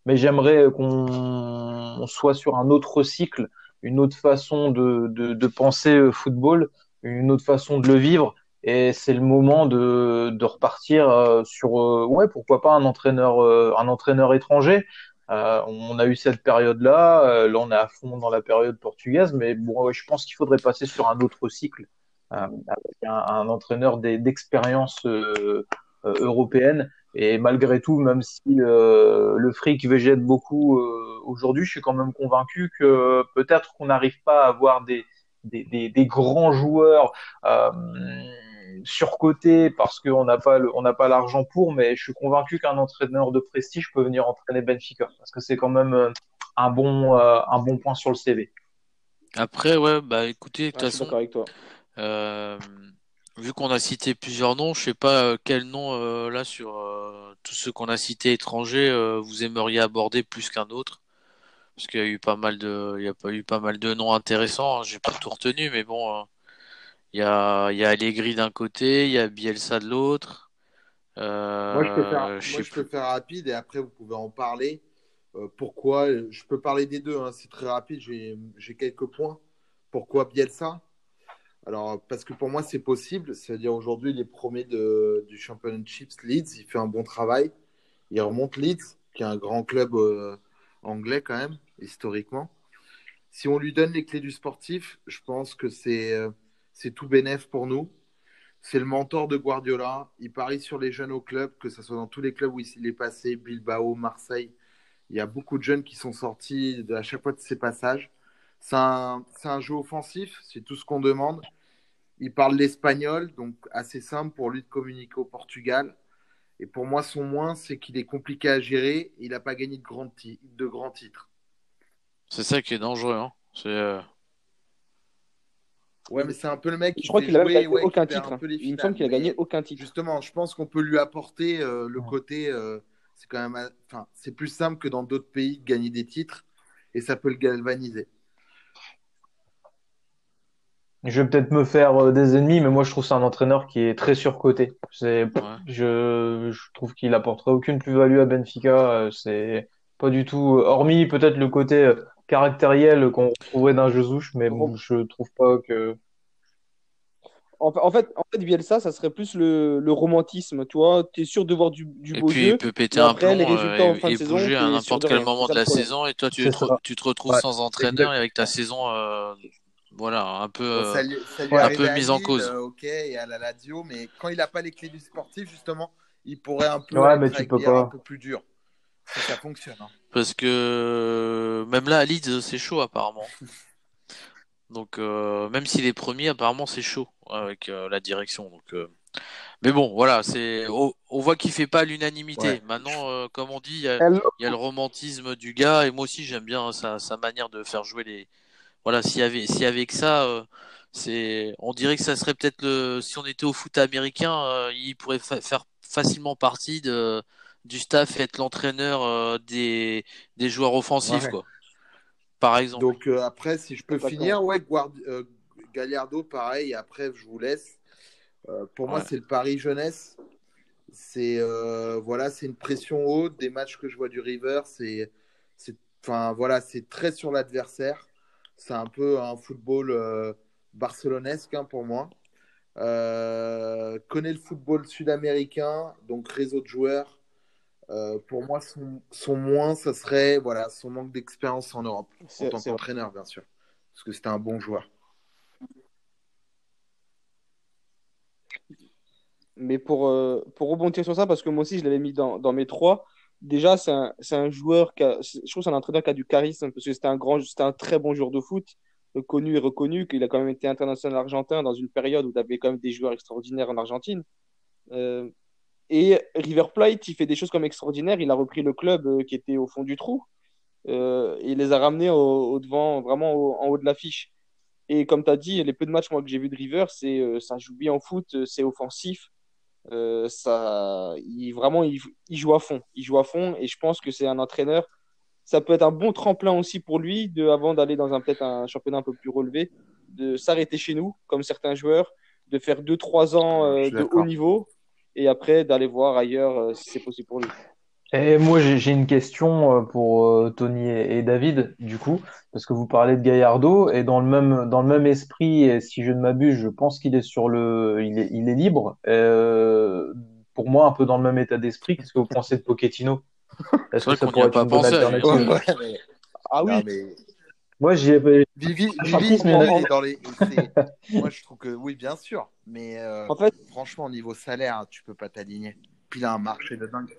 mais j'aimerais qu'on soit sur un autre cycle, une autre façon de, de, de penser le football, une autre façon de le vivre. Et c'est le moment de, de repartir euh, sur, euh, ouais, pourquoi pas un entraîneur, euh, un entraîneur étranger. Euh, on a eu cette période-là, euh, là on est à fond dans la période portugaise, mais bon, ouais, je pense qu'il faudrait passer sur un autre cycle, euh, avec un, un entraîneur des- d'expérience euh, euh, européenne. Et malgré tout, même si euh, le fric végète beaucoup euh, aujourd'hui, je suis quand même convaincu que peut-être qu'on n'arrive pas à avoir des, des, des, des grands joueurs euh, surcotés parce qu'on n'a pas le, on n'a pas l'argent pour, mais je suis convaincu qu'un entraîneur de prestige peut venir entraîner Benfica parce que c'est quand même euh, un bon, euh, un bon point sur le C V. Après, ouais, bah écoutez, de toute Ah, je suis façon, d'accord avec toi. euh, vu qu'on a cité plusieurs noms, je sais pas euh, quel nom euh, là sur euh, tous ceux qu'on a cités étrangers euh, vous aimeriez aborder plus qu'un autre, parce qu'il y a eu pas mal de, il y a pas eu pas mal de noms intéressants. Hein, j'ai pas tout retenu, mais bon, euh, il y a, il y a Allegri d'un côté, il y a Bielsa de l'autre. Moi, je peux faire, Euh, je moi, sais je peux plus. faire rapide et après, vous pouvez en parler. Euh, pourquoi? Je peux parler des deux, hein, c'est très rapide. J'ai, j'ai quelques points. Pourquoi Bielsa? Alors, parce que pour moi, c'est possible. C'est-à-dire, aujourd'hui, il est premier de, du Championship Leeds. Il fait un bon travail. Il remonte Leeds, qui est un grand club euh, anglais, quand même, historiquement. Si on lui donne les clés du sportif, je pense que c'est euh, c'est tout bénef pour nous. C'est le mentor de Guardiola. Il parie sur les jeunes au club, que ce soit dans tous les clubs où il est passé, Bilbao, Marseille. Il y a beaucoup de jeunes qui sont sortis de, à chaque fois de ses passages. C'est un, c'est un jeu offensif, c'est tout ce qu'on demande. Il parle l'espagnol, donc assez simple pour lui de communiquer au Portugal. Et pour moi, son moins, c'est qu'il est compliqué à gérer. Il n'a pas gagné de grands, ti- de grands titres. C'est ça qui est dangereux, hein. C'est, euh, Ouais, mais c'est un peu le mec Je qui crois fait qu'il a même jouer, gagné ouais, qui aucun perd titre, un hein. peu les Il me semble finales. qu'il a gagné Mais aucun titre. justement, je pense qu'on peut lui apporter euh, le côté. Euh, c'est quand même, enfin, c'est plus simple que dans d'autres pays de gagner des titres et ça peut le galvaniser. Je vais peut-être me faire euh, des ennemis, mais moi je trouve que c'est un entraîneur qui est très surcoté. C'est, ouais. je, je trouve qu'il apporterait aucune plus-value à Benfica. euh, C'est pas du tout, hormis peut-être le côté euh, caractériel qu'on retrouverait d'un Jesus, mais Rom- je trouve pas que. En, en fait, en fait, Bielsa, ça serait plus le, le romantisme. Tu vois, tu es sûr de voir du, du Et beau puis il jeu, peut péter mais un après, les plomb résultats en euh, fin et, de et saison, bouger tu à es sûr n'importe de quel rien. C'est moment ça de le la problème. saison et toi tu C'est te, ça. re- tu te retrouves Ouais, sans entraîneur et exact. avec ta saison euh, voilà un peu Bon, euh, ça, lui, ça lui est Ouais. un peu arrivé à mise en Lille, cause. euh, ok, et à la Lazio, mais quand il n'a pas les clés du sportif, justement, il pourrait un peu Ouais, mais être tu avec peux bière un pas. peu plus dur, si ça fonctionne. Hein. Parce que euh, même là à Leeds c'est chaud apparemment. Donc euh, même s'il est premier apparemment c'est chaud avec euh, la direction. Donc euh, mais bon voilà c'est on, on voit qu'il fait pas Ouais. l'unanimité. Maintenant euh, comme on dit il y a, Hello. il y a le romantisme du gars et moi aussi j'aime bien sa, sa manière de faire jouer les voilà, s'il y avait, s'il y avait que ça, euh, c'est, on dirait que ça serait peut-être le, si on était au foot américain, euh, il pourrait fa- faire facilement partie de, du staff et être l'entraîneur euh, des, des joueurs offensifs, Ouais. quoi. Par exemple. Donc euh, après, si je peux Exactement. finir, ouais, Guard euh, Gallardo, pareil, et après je vous laisse. Euh, pour moi, Ouais. c'est le Paris jeunesse. C'est euh, voilà, c'est une pression haute. Des matchs que je vois du River, c'est, c'est, enfin voilà, c'est très sur l'adversaire. C'est un peu un football euh, barcelonesque hein, pour moi. Euh, connaît le football sud-américain, donc réseau de joueurs. Euh, pour moi, son, son moins, ça serait voilà, son manque d'expérience en Europe, en C'est tant c'est vrai. qu'entraîneur, bien sûr, parce que c'était un bon joueur. Mais pour, euh, pour rebondir sur ça, parce que moi aussi, je l'avais mis dans, dans mes trois. Déjà, c'est un, c'est un joueur qui a, je trouve que c'est un entraîneur qui a du charisme, parce que c'était un grand, c'était un très bon joueur de foot, euh, connu et reconnu, qu'il a quand même été international argentin dans une période où il y avait quand même des joueurs extraordinaires en Argentine. Euh, et River Plate, il fait des choses comme extraordinaires. Il a repris le club euh, qui était au fond du trou. Euh, et il les a ramenés au, au devant, vraiment au- en haut de l'affiche. Et comme tu as dit, les peu de matchs moi, que j'ai vu de River, c'est, euh, ça joue bien au foot, euh, c'est offensif. Euh, ça, il, vraiment, il, il joue à fond. Il joue à fond et je pense que c'est un entraîneur. Ça peut être un bon tremplin aussi pour lui, de, avant d'aller dans un peut-être un championnat un peu plus relevé, de s'arrêter chez nous, comme certains joueurs, de faire deux trois ans Ouais, je euh, suis de haut d'accord. niveau et après d'aller voir ailleurs euh, si c'est possible pour lui. Et moi, j'ai j'ai une question euh, pour euh, Tony et, et David, du coup, parce que vous parlez de Gallardo, et dans le même, dans le même esprit, et si je ne m'abuse, je pense qu'il est sur le, il est, il est libre. Euh, pour moi, un peu dans le même état d'esprit, qu'est-ce que vous pensez de Pochettino? Est-ce C'est que vrai ça qu'on n'y a pourrait être pas une bonne pensé à lui. Ouais, alternative? ouais, mais... Ah Non, oui, mais Moi, j'y ai pas Vivi, en, Vivi, pragmatisme, il y en Vivi, a- en- il est dans les. c'est- Moi, je trouve que oui, bien sûr. Mais euh, en fait, franchement, niveau salaire, tu peux pas t'aligner. Puis il a un marché de dingue.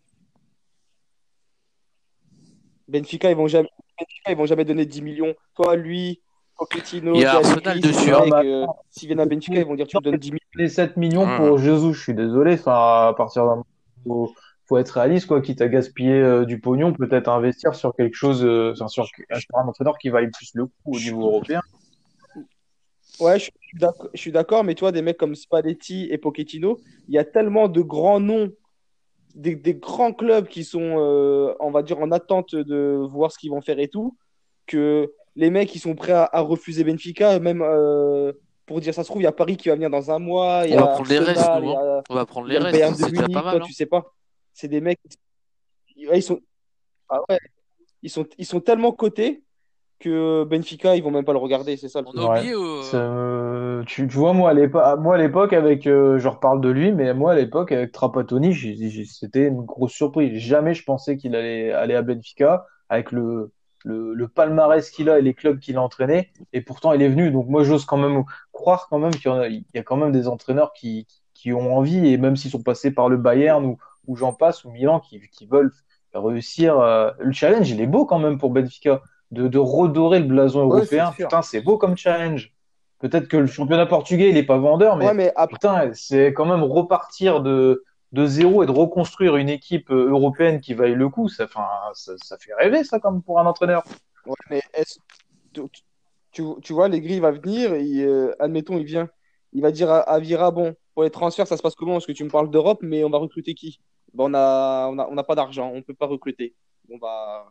Benfica, ils vont jamais, Benfica, ils vont jamais donner dix millions. Toi, lui, Il y Pochettino, a t'es Arsenal Allegri, c'est des dessus, Non, hein. mais mecs, euh, attends, s'ils viennent à Benfica, ils vont dire tu me donnes dix millions. les sept millions Ouais. pour Jesus, je suis désolé. Enfin, à partir d'un moment, faut, faut être réaliste, quoi. Quitte à gaspiller euh, du pognon, peut-être investir sur quelque chose, euh, enfin, sur, sur un entraîneur qui vaille plus le coup au Je- niveau européen. Ouais, je suis d'accord, je suis d'accord, mais toi, des mecs comme Spalletti et Pochettino, il y a tellement de grands noms, des, des grands clubs qui sont, euh, on va dire, en attente de voir ce qu'ils vont faire et tout, que les mecs, ils sont prêts à, à refuser Benfica, même euh, pour dire, ça se trouve, il y a Paris qui va venir dans un mois, il y On va a prendre les restes, Arsenal, il nous, y hein. a, On va prendre il y les a le restes. Bayern de C'est déjà pas Munich, toi, mal, hein. tu sais pas. C'est des mecs, ouais, ils sont, ah ouais, ils sont, ils sont tellement cotés que Benfica, ils vont même pas le regarder, c'est ça le On a truc. Ouais. oublié. Ça, euh, euh, tu, tu vois, moi, à l'époque, moi, à l'époque, avec, euh, je reparle de lui, mais moi, à l'époque, avec Trapattoni, j'ai- j'ai- c'était une grosse surprise. Jamais je pensais qu'il allait aller à Benfica avec le, le, le palmarès qu'il a et les clubs qu'il a entraînés. Et pourtant, il est venu. Donc, moi, j'ose quand même croire quand même qu'il y en a, il y a quand même des entraîneurs qui, qui ont envie, et même s'ils sont passés par le Bayern ou, ou j'en passe, ou Milan, qui, qui veulent réussir. euh, Le challenge, il est beau quand même pour Benfica de, de redorer le blason Ouais, c'est européen. sûr. Putain, c'est beau comme challenge. Peut-être que le championnat portugais, il est pas vendeur, Ouais, mais mais après, putain, c'est quand même repartir de, de zéro et de reconstruire une équipe euh, européenne qui vaille le coup. Ça, enfin, ça, ça fait rêver, ça, comme pour un entraîneur. ouais, mais est-ce- tu, tu, tu vois, les grilles va venir, et, euh, admettons, il vient, il va dire à, à Vira, bon, pour les transferts, ça se passe comment? Parce que tu me parles d'Europe, mais on va recruter qui? Bon, on a, on a, on n'a pas d'argent, on peut pas recruter. Bon, bah,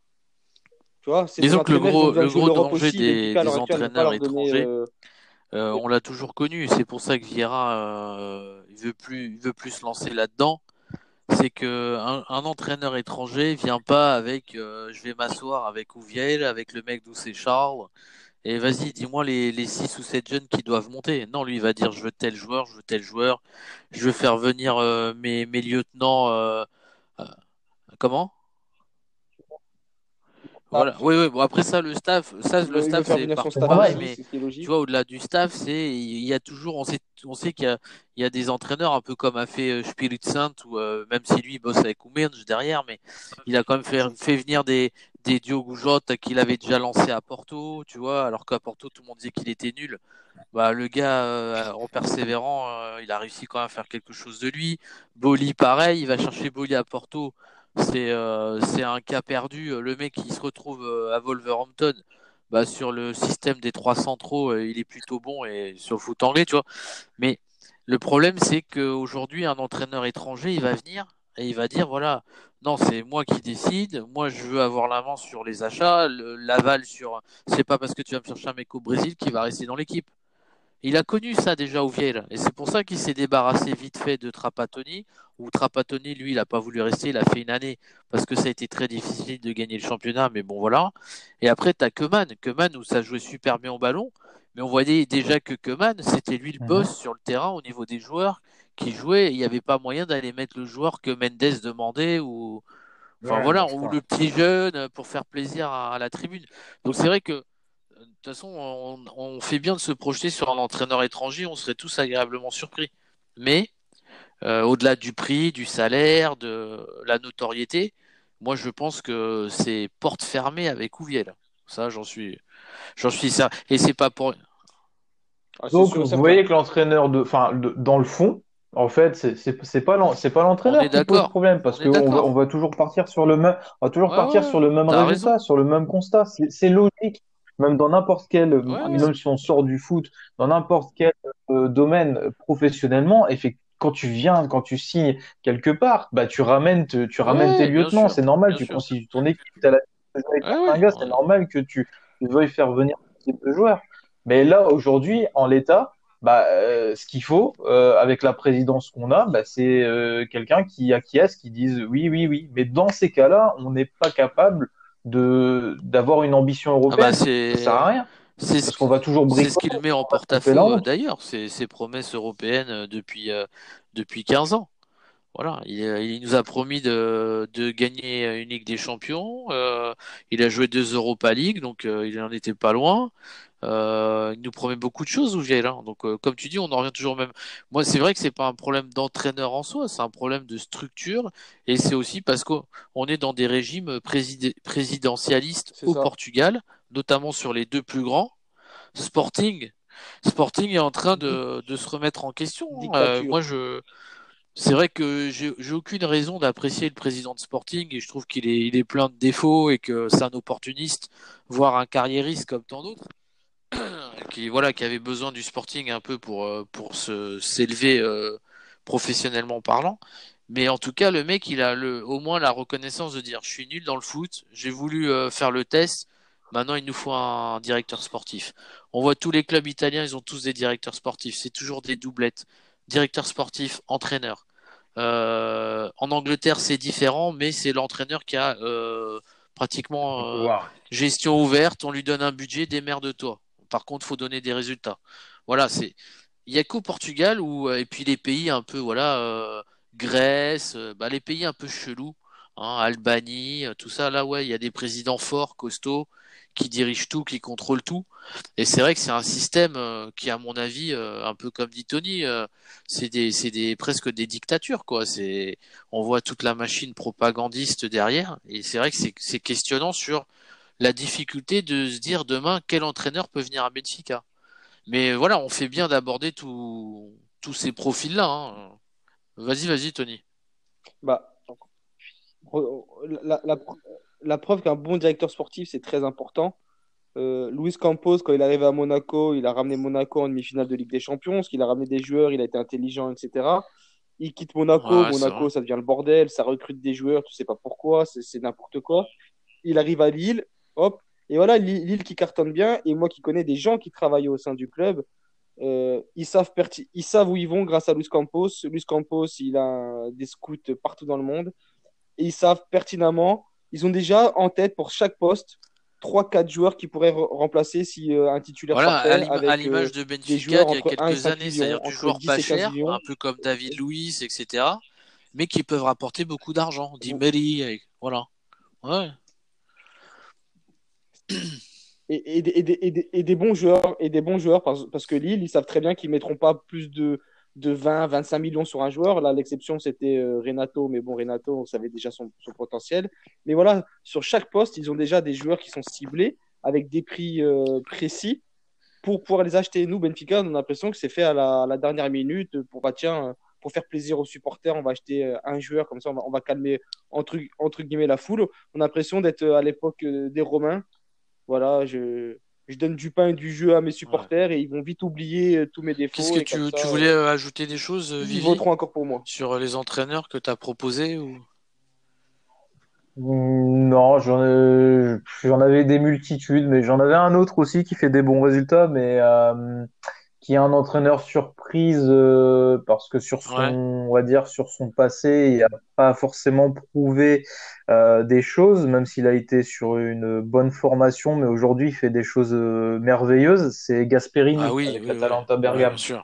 tu vois, c'est des Disons que le entraîneurs, ils ont gros, besoin le de jouer gros l'Europe danger aussi. des, Benfica, à l'heure des actuelle, ne peut pas entraîneurs leur donner. étrangers, euh, euh, on l'a toujours connu. Et c'est pour ça que Vieira, euh, il veut plus, il veut plus se lancer là-dedans. C'est que un, un entraîneur étranger vient pas avec, euh, je vais m'asseoir avec Ouviel, avec le mec d'où c'est Charles. Et vas-y, dis-moi les, les six ou sept jeunes qui doivent monter. Non, lui, il va dire, je veux tel joueur, je veux tel joueur, je veux faire venir euh, mes, mes lieutenants. euh, euh, comment? staff. Voilà. Oui, oui. Bon, après ça, le staff, ça, Il le veut, il veut staff, faire c'est venir son partout C'est staff pareil. normal. aussi, Mais c'est ce qui est tu logique. vois, au-delà du staff, c'est il y a toujours, on sait, on sait qu'il y a, il y a des entraîneurs un peu comme a fait euh, Spirit Saint ou euh, même si lui il bosse avec Oumirj derrière, mais il a quand même fait, fait venir des des Diogo Jota qu'il avait déjà lancé à Porto, tu vois, alors qu'à Porto tout le monde disait qu'il était nul. Bah le gars, euh, en persévérant, euh, il a réussi quand même à faire quelque chose de lui. Boli, pareil, il va chercher Boli à Porto. C'est euh, c'est un cas perdu. Le mec qui se retrouve euh, à Wolverhampton, bah, sur le système des trois centraux, euh, il est plutôt bon et sur le foot anglais, tu vois. Mais le problème, c'est qu'aujourd'hui, un entraîneur étranger, il va venir et il va dire, voilà, non, c'est moi qui décide. Moi, je veux avoir la main sur les achats, le- l'aval sur. C'est pas parce que tu vas me chercher un mec au Brésil qui va rester dans l'équipe. Il a connu ça déjà au Viel, et c'est pour ça qu'il s'est débarrassé vite fait de Trapattoni, où Trapattoni, lui, il n'a pas voulu rester, il a fait une année, parce que ça a été très difficile de gagner le championnat, mais bon, voilà. Et après, tu as Keman, Keman, où ça jouait super bien au ballon, mais on voyait déjà que Keman, c'était lui le Mhm. boss sur le terrain au niveau des joueurs qui jouaient, et il n'y avait pas moyen d'aller mettre le joueur que Mendes demandait, ou, enfin Ouais, voilà, bien ou sûr. le petit jeune pour faire plaisir à, à la tribune. Donc c'est vrai que de toute façon, on, on fait bien de se projeter sur un entraîneur étranger, on serait tous agréablement surpris. Mais euh, au-delà du prix, du salaire, de la notoriété, moi je pense que c'est porte fermée avec Ouviel. Ça, j'en suis, j'en suis ça. Et c'est pas pour. Ah, c'est Donc, sûr et vous certain. voyez que l'entraîneur de, enfin, de- dans le fond, en fait, c'est c'est c'est pas l'en- c'est pas On est l'entraîneur qui pose d'accord. problème On parce est qu'on va on d'accord. va toujours partir sur le même, on va toujours Ouais, partir ouais. sur le même T'as raison. résultat, sur le même constat. C'est c'est logique, même dans n'importe quel, Ouais, ouais. même si on sort du foot, dans n'importe quel euh, domaine euh, professionnellement, effectivement, quand tu viens, quand tu signes quelque part, bah tu ramènes, te- tu ramènes tes Ouais, bien lieutenants, sûr. c'est normal, Bien tu sûr. constitues ton équipe, t'as la avec Ouais, certains ouais. gars, c'est Ouais. normal que tu, tu veuilles faire venir ce type de joueurs. Mais là, aujourd'hui, en l'état, bah, euh, ce qu'il faut euh, avec la présidence qu'on a, bah, c'est euh, quelqu'un qui acquiesce, qui dise oui, oui, oui. Mais dans ces cas-là, on n'est pas capable de d'avoir une ambition Ah bah européenne. Ça sert c'est à rien c'est ce parce qu'on va qui toujours c'est ce bricoler, qui le met en on va se couper l'un porte-à-faux euh, l'autre. d'ailleurs, ces, ces promesses européennes euh, depuis euh, depuis quinze ans. Voilà, il, euh, il nous a promis de, de gagner une Ligue des Champions. Euh, il a joué deux Europa League, donc euh, il n'en était pas loin. Euh, il nous promet beaucoup de choses, Ouvier, là. Donc, euh, comme tu dis, on en revient toujours au même. Moi, c'est vrai que c'est pas un problème d'entraîneur en soi, c'est un problème de structure, et c'est aussi parce qu'on on est dans des régimes présid- présidentialistes C'est au ça. Portugal, notamment sur les deux plus grands. Sporting, Sporting est en train Dic- de, de se remettre en question. Hein. Euh, Dictature. moi, je, c'est vrai que j'ai j'ai aucune raison d'apprécier le président de Sporting et je trouve qu'il est, il est plein de défauts et que c'est un opportuniste, voire un carriériste comme tant d'autres qui voilà qui avait besoin du Sporting un peu pour euh, pour se s'élever euh, professionnellement parlant. Mais en tout cas, le mec, il a le au moins la reconnaissance de dire je suis nul dans le foot, j'ai voulu euh, faire le test. Maintenant, il nous faut un directeur sportif. On voit tous les clubs italiens, ils ont tous des directeurs sportifs. C'est toujours des doublettes. Directeur sportif, entraîneur. Euh, en Angleterre, c'est différent, mais c'est l'entraîneur qui a euh, Un pratiquement euh, pouvoir. gestion ouverte. On lui donne un budget, démerde-toi. Par contre, faut donner des résultats. Voilà, c'est. Il y a qu'au Portugal où et puis les pays un peu voilà euh, Grèce, euh, bah, les pays un peu chelous, hein, Albanie, euh, tout ça là ouais, il y a des présidents forts, costauds qui dirigent tout, qui contrôlent tout. Et c'est vrai que c'est un système euh, qui, à mon avis, euh, un peu comme dit Tony, euh, c'est des, c'est des presque des dictatures quoi. C'est, on voit toute la machine propagandiste derrière. Et c'est vrai que c'est, c'est questionnant sur la difficulté de se dire demain quel entraîneur peut venir à Benfica. Mais voilà, on fait bien d'aborder tous tous ces profils-là. Hein. Vas-y, vas-y, Tony. Bah, re- la, la, la preuve qu'un bon directeur sportif, c'est très important. Euh, Luis Campos, quand il est arrivé à Monaco, il a ramené Monaco en demi-finale de Ligue des Champions, parce qu'il a ramené des joueurs, il a été intelligent, et cetera. Il quitte Monaco, Ouais, c'est vrai. Monaco, ça devient le bordel, ça recrute des joueurs, tu sais pas pourquoi, c'est c'est n'importe quoi. Il arrive à Lille, hop, et voilà, Lille, Lille qui cartonne bien, et moi qui connais des gens qui travaillent au sein du club, euh, ils savent perti- ils savent où ils vont grâce à Luis Campos. Luis Campos, il a des scouts partout dans le monde, et ils savent pertinemment, ils ont déjà en tête pour chaque poste trois quatre joueurs qui pourraient re- remplacer si euh, un titulaire Voilà, à partait l'im- à avec l'image euh, de des Benfica joueurs d'il y a entre un et quelques cinq années, c'est-à-dire millions, du entre joueur dix pas et quinze cher, un millions. peu comme David Luiz, et cetera, mais qui peuvent rapporter beaucoup d'argent. Di Meri, et- voilà. Ouais. Et, et, des- et des- et des- et des bons joueurs, et des bons joueurs parce, parce que Lille, ils savent très bien qu'ils ne mettront pas plus de, de vingt vingt-cinq millions sur un joueur. Là, l'exception, c'était euh, Renato, mais bon, Renato, on savait déjà son, son potentiel. Mais voilà, sur chaque poste, ils ont déjà des joueurs qui sont ciblés avec des prix euh, précis pour pouvoir les acheter. Nous, Benfica, on a l'impression que c'est fait à la, à la dernière minute pour, bah, tiens, pour faire plaisir aux supporters, on va acheter euh, un joueur, comme ça, on va, on va calmer entre, entre guillemets la foule. On a l'impression d'être à l'époque euh, des Romains. Voilà, je, je donne du pain et du jeu à mes Ouais. supporters et ils vont vite oublier euh, tous mes Qu'est-ce défauts que et comme tu, tu ça, voulais euh, euh, ajouter des choses, euh, ils Vivi, voteront encore pour moi. sur les entraîneurs que tu as proposés ou... Mm, Non, j'en ai- j'en avais des multitudes, mais j'en avais un autre aussi qui fait des bons résultats, mais euh, qui est un entraîneur surprise euh, parce que sur son, Ouais. on va dire, sur son passé, il n'a pas forcément prouvé euh, des choses, même s'il a été sur une bonne formation, mais aujourd'hui il fait des choses euh, merveilleuses. C'est Ah Gasperini oui, avec oui, oui. l'Atalanta Ouais, bien Bergame. sûr.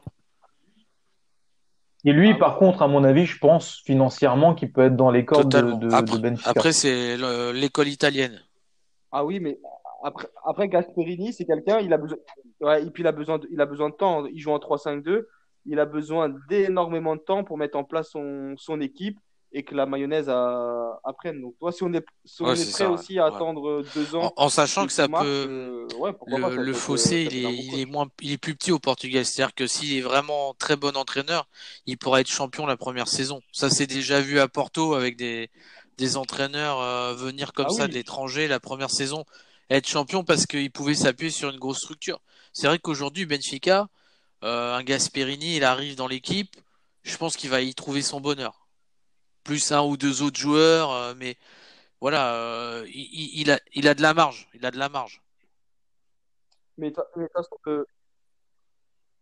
Et lui, Ah oui, par contre, à mon avis, je pense financièrement qu'il peut être dans les cordes de, Totalement. de, de Après, Benfica. après c'est le- l'école italienne. ah oui, mais après, après Gasperini, c'est quelqu'un, il a besoin, ouais, et puis il a besoin de, il a besoin de temps. Il joue en trois cinq deux, il a besoin d'énormément de temps pour mettre en place son, son équipe et que la mayonnaise a- apprenne. Donc, toi, si on est, si Ouais, on est c'est prêt ça. aussi à Ouais. Ouais. attendre deux En, ans en sachant et que qu'il ça marche, peut, euh, ouais, pourquoi pas, le, ça le peut être, euh, fossé, ça il peut être un est, bon il est coach. moins, il est plus petit au Portugal. C'est-à-dire que s'il est vraiment très bon entraîneur, il pourra être champion la première saison. Ça s'est déjà vu à Porto avec des, des entraîneurs euh, venir comme Ah ça de oui, l'étranger la première saison, être champion parce qu'il pouvait s'appuyer sur une grosse structure. C'est vrai qu'aujourd'hui, Benfica, euh, un Gasperini, il arrive dans l'équipe, je pense qu'il va y trouver son bonheur. Plus un ou deux autres joueurs, euh, mais voilà, euh, il, il il a, il a de la marge. Il a de la marge. mais, de toute façon,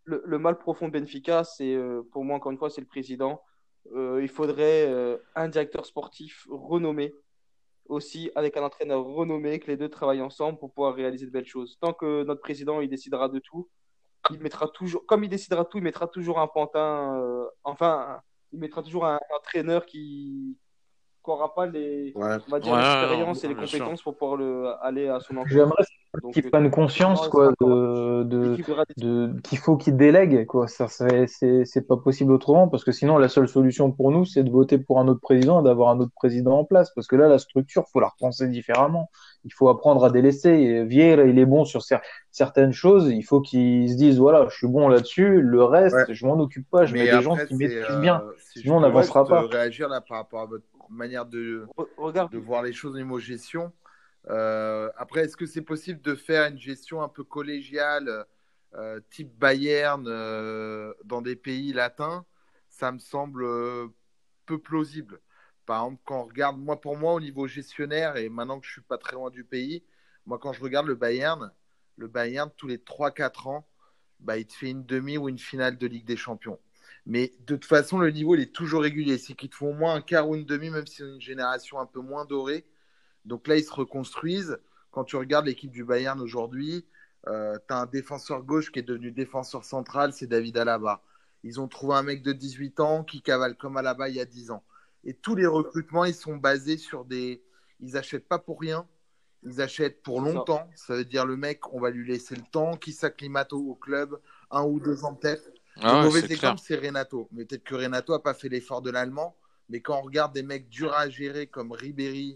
le, le mal profond de Benfica, c'est euh, pour moi, encore une fois, c'est le président. Euh, il faudrait euh, un directeur sportif renommé aussi, avec un entraîneur renommé, que les deux travaillent ensemble pour pouvoir réaliser de belles choses. Tant que notre président, il décidera de tout, il mettra toujours, comme il décidera de tout, il mettra toujours un pantin, euh, enfin, il mettra toujours un, un entraîneur qui n'aura pas les, Ouais. on va Ouais, dire, ouais, non, l'expérience et les bien sûr. compétences pour pouvoir le, aller à son encontre. J'aimerais Donc, qu'ils euh, prennent conscience, non, c'est quoi, encore de, de, l'équipe devra décider. de, qu'il faut qu'ils délèguent, quoi. Ça serait, c'est, c'est pas possible autrement, parce que sinon, la seule solution pour nous, c'est de voter pour un autre président et d'avoir un autre président en place. Parce que là, la structure, faut la repenser différemment. Il faut apprendre à délaisser. Et Vieira, il est bon sur cer- certaines choses. Il faut qu'il se dise, voilà, je suis bon là-dessus. Le Ouais. reste, je m'en occupe pas. Je mets Mais des gens après, qui c'est maîtrisent bien. euh, si je Sinon, on peux Ouais, n'avancera juste euh, pas. réagir là par rapport à votre manière de, re- regarde, de voir les choses au niveau gestion. Euh, après, est-ce que c'est possible de faire une gestion un peu collégiale, euh, type Bayern, euh, dans des pays latins? Ça me semble euh, peu plausible. Par exemple, quand on regarde, moi pour moi, au niveau gestionnaire, et maintenant que je suis pas très loin du pays, moi quand je regarde le Bayern, le Bayern, tous les trois quatre ans, bah, il te fait une demi ou une finale de Ligue des Champions. Mais de toute façon, le niveau, il est toujours régulier. C'est qu'ils te font au moins un quart ou une demi, même si c'est une génération un peu moins dorée. Donc là, ils se reconstruisent. Quand tu regardes l'équipe du Bayern aujourd'hui, euh, tu as un défenseur gauche qui est devenu défenseur central, c'est David Alaba. Ils ont trouvé un mec de dix-huit ans qui cavale comme Alaba il y a dix ans. Et tous les recrutements, ils sont basés sur des... Ils achètent pas pour rien, ils achètent pour c'est ça. longtemps. Ça veut dire le mec, on va lui laisser le temps, qui s'acclimate au, au club, un ou deux ans peut-être. Le Ah ouais, mauvais c'est clair. exemple, c'est Renato. Mais peut-être que Renato n'a pas fait l'effort de l'allemand. Mais quand on regarde des mecs durs à gérer comme Ribéry,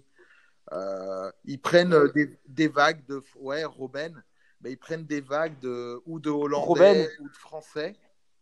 euh, ils prennent euh, des, des vagues de ouais Robben, ben, ils prennent des vagues de ou de Hollandais Robben, ou de Français,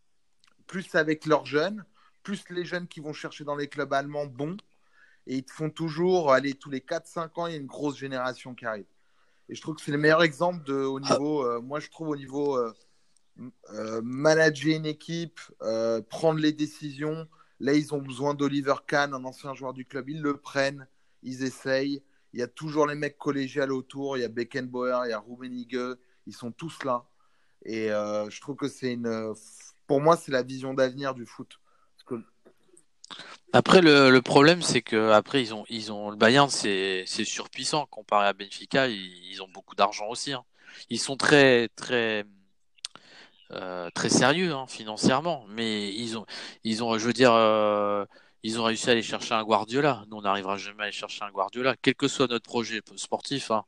plus avec leurs jeunes, plus les jeunes qui vont chercher dans les clubs allemands bons, et ils te font toujours aller tous les quatre cinq ans, il y a une grosse génération qui arrive. Et je trouve que c'est le meilleur exemple de au Ah, niveau, euh, moi je trouve au niveau euh, euh, manager une équipe, euh, prendre les décisions. Là, ils ont besoin d'Oliver Kahn, un ancien joueur du club. Ils le prennent, ils essayent. Il y a toujours les mecs collégiales autour. Il y a Beckenbauer, il y a Rummenigge. Ils sont tous là. Et euh, je trouve que c'est une. Pour moi, c'est la vision d'avenir du foot. Parce que... Après, le, le problème, c'est que après ils ont, ils ont le Bayern, c'est, c'est surpuissant comparé à Benfica. Ils, ils ont beaucoup d'argent aussi, hein. Ils sont très, très, euh, très sérieux, hein, financièrement, mais ils ont, ils ont, je veux dire, euh, ils ont réussi à aller chercher un Guardiola. Nous, on n'arrivera jamais à aller chercher un Guardiola, quel que soit notre projet sportif, hein.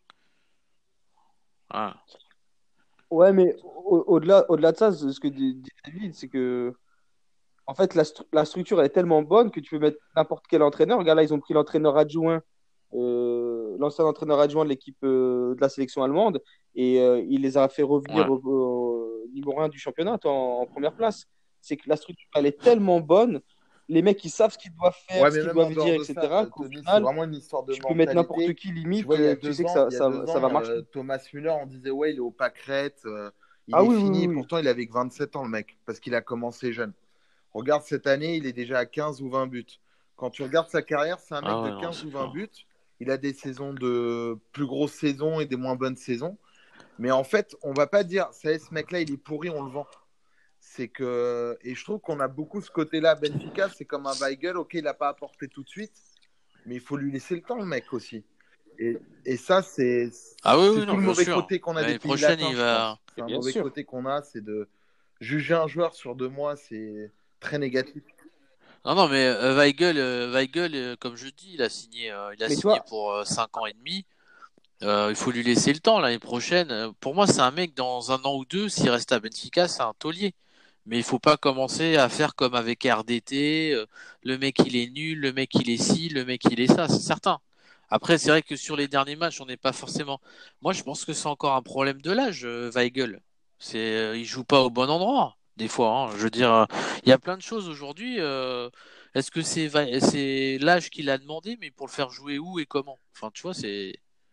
Voilà. ouais, mais au- au-delà, au-delà de ça, ce ce que dit dit David, c'est que en fait, la, stru- la structure elle est tellement bonne que tu peux mettre n'importe quel entraîneur. Regarde, là, ils ont pris l'entraîneur adjoint, euh, l'ancien entraîneur adjoint de l'équipe euh, de la sélection allemande, et euh, il les a fait revenir Ouais. au, au numéro un du championnat, en, en première place. C'est que la structure, elle est tellement bonne, les mecs, ils savent ce qu'ils doivent faire, Ouais, ce mais qu'ils même en doivent dire, dehors de ça, et cetera, euh, qu'au Tony, c'est final, vraiment une histoire de tu peux mettre n'importe mentalité. qui, Tu limite, vois, il y a euh, tu deux sais que ans, ça, il y a ça, deux ça va ans, marcher. euh, Thomas Müller, on disait ouais, il est au pâquerette, euh, il Ah est oui, oui, fini. oui, oui. Pourtant, il avait que vingt-sept ans, le mec, parce qu'il a commencé jeune. Regarde cette année, il est déjà à quinze ou vingt buts. Quand tu regardes sa carrière, c'est un mec Ah de ouais, non, quinze ou c'est vingt pas. buts. Il a des saisons de plus grosses saisons et des moins bonnes saisons. Mais en fait, on va pas dire, ça y est, ce mec-là, il est pourri, on le vend. C'est que, et je trouve qu'on a beaucoup ce côté-là à Benfica, c'est comme un Weigl, ok, il n'a pas apporté tout de suite, mais il faut lui laisser le temps, le mec aussi. Et, et ça, c'est Ah oui, c'est oui, tout non, le bien mauvais sûr. côté qu'on a des L'année pays prochaine, latins, il je va. pense. C'est Et un bien mauvais sûr. côté qu'on a, c'est de juger un joueur sur deux mois, c'est très négatif. Non, non, mais euh, Weigl, euh, Weigl, euh, comme je dis, il a signé, euh, il a Mais signé toi, pour euh, cinq ans et demi. Euh, il faut lui laisser le temps l'année prochaine. Euh, Pour moi, c'est un mec dans un an ou deux, s'il reste à Benfica, c'est un taulier. Mais il faut pas commencer à faire comme avec R D T. euh, le mec il est nul, le mec il est ci, le mec il est ça, c'est certain. Après, c'est vrai que sur les derniers matchs, on n'est pas forcément. Moi, je pense que c'est encore un problème de l'âge, euh, Weigl. C'est, euh, il joue pas au bon endroit des fois, hein. Je veux dire, euh, il y a plein de choses aujourd'hui. euh, Est-ce que c'est Wei- c'est l'âge qu'il a demandé, mais pour le faire jouer où et comment? Enfin, tu vois, c'est.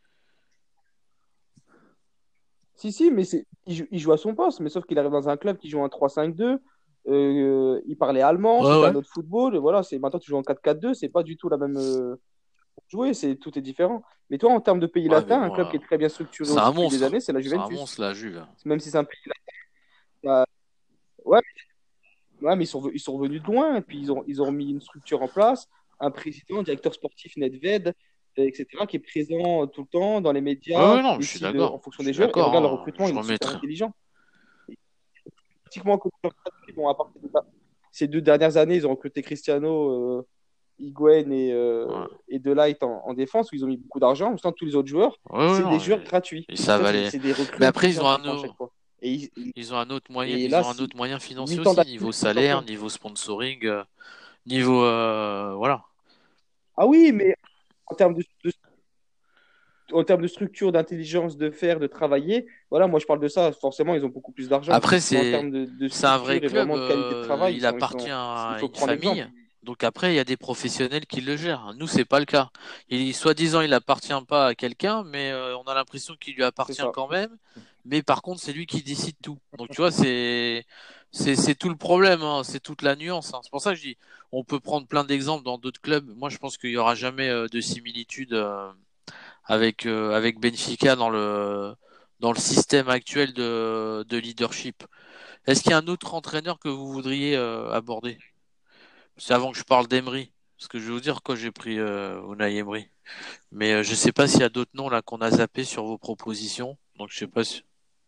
si, si, mais c'est, il joue, il joue à son poste, mais sauf qu'il arrive dans un club qui joue en trois cinq deux. Euh, il parlait allemand, Ouais, c'était ouais. un autre football. Et voilà, c'est, maintenant tu joues en quatre quatre deux, c'est pas du tout la même euh, jouer, c'est, tout est différent. Mais toi, en termes de pays Ouais, mais latins, un bon, club euh, qui est très bien structuré c'est un aussi depuis des monstre. années, c'est la C'est un Juventus. monstre, la Juve. Même si c'est un pays latin, Ouais, ouais, mais ils sont, ve- ils sont revenus de loin. Et puis, ils ont, ils ont mis une structure en place, un président, un directeur sportif, Nedved, euh, et cetera, qui est présent euh, tout le temps dans les Ouais, médias, ouais, qui non, je suis décide euh, en d'accord. fonction Je des suis joueurs. Et regarde, le d'accord, hein. recrutement, Je il est super remettrai. intelligent. Pratiquement, que bon, à part ces deux dernières années, ils ont recruté Cristiano, euh, Higuaín et, euh, Ouais, et De Ligt en, en défense, où ils ont mis beaucoup d'argent. Pourtant, tous les autres joueurs, ouais, ouais, c'est des non. joueurs Et, gratuits. et Et ça ça, va c'est aller. c'est des recrues Mais après, ils ont intelligentes un, qu'ils font à chaque au- fois. Et, ils- ils ont un autre moyen, et ils là, ont un c'est autre moyen financier huit ans aussi, d'affilée, niveau ils sont salaire, champions. niveau sponsoring, euh, niveau, euh, voilà. Ah oui, mais en termes de, de- en termes de structure, d'intelligence, de faire, de travailler, voilà, moi je parle de ça. Forcément, ils ont beaucoup plus d'argent. Après, Mais en c'est termes de, de c'est un vrai structure et club. vraiment de qualité de Euh, travail, ils il sont, ils appartient sont, il à faut une prendre famille. exemple. Donc après, il y a des professionnels qui le gèrent. Nous, c'est pas le cas. Il, soi-disant, il appartient pas à quelqu'un, mais euh, on a l'impression qu'il lui C'est appartient ça. quand même. Mais par contre, c'est lui qui décide tout. Donc tu vois, c'est c'est c'est tout le problème, hein. C'est toute la nuance, hein. C'est pour ça que je dis, on peut prendre plein d'exemples dans d'autres clubs. Moi, je pense qu'il y aura jamais euh, de similitude euh, avec euh, avec Benfica dans le dans le système actuel de de leadership. Est-ce qu'il y a un autre entraîneur que vous voudriez euh, aborder? C'est avant que je parle d'Emery. Parce que je vais vous dire quoi j'ai pris euh, Unai Emery. Mais euh, je sais pas s'il y a d'autres noms là qu'on a zappé sur vos propositions. Donc je sais pas si.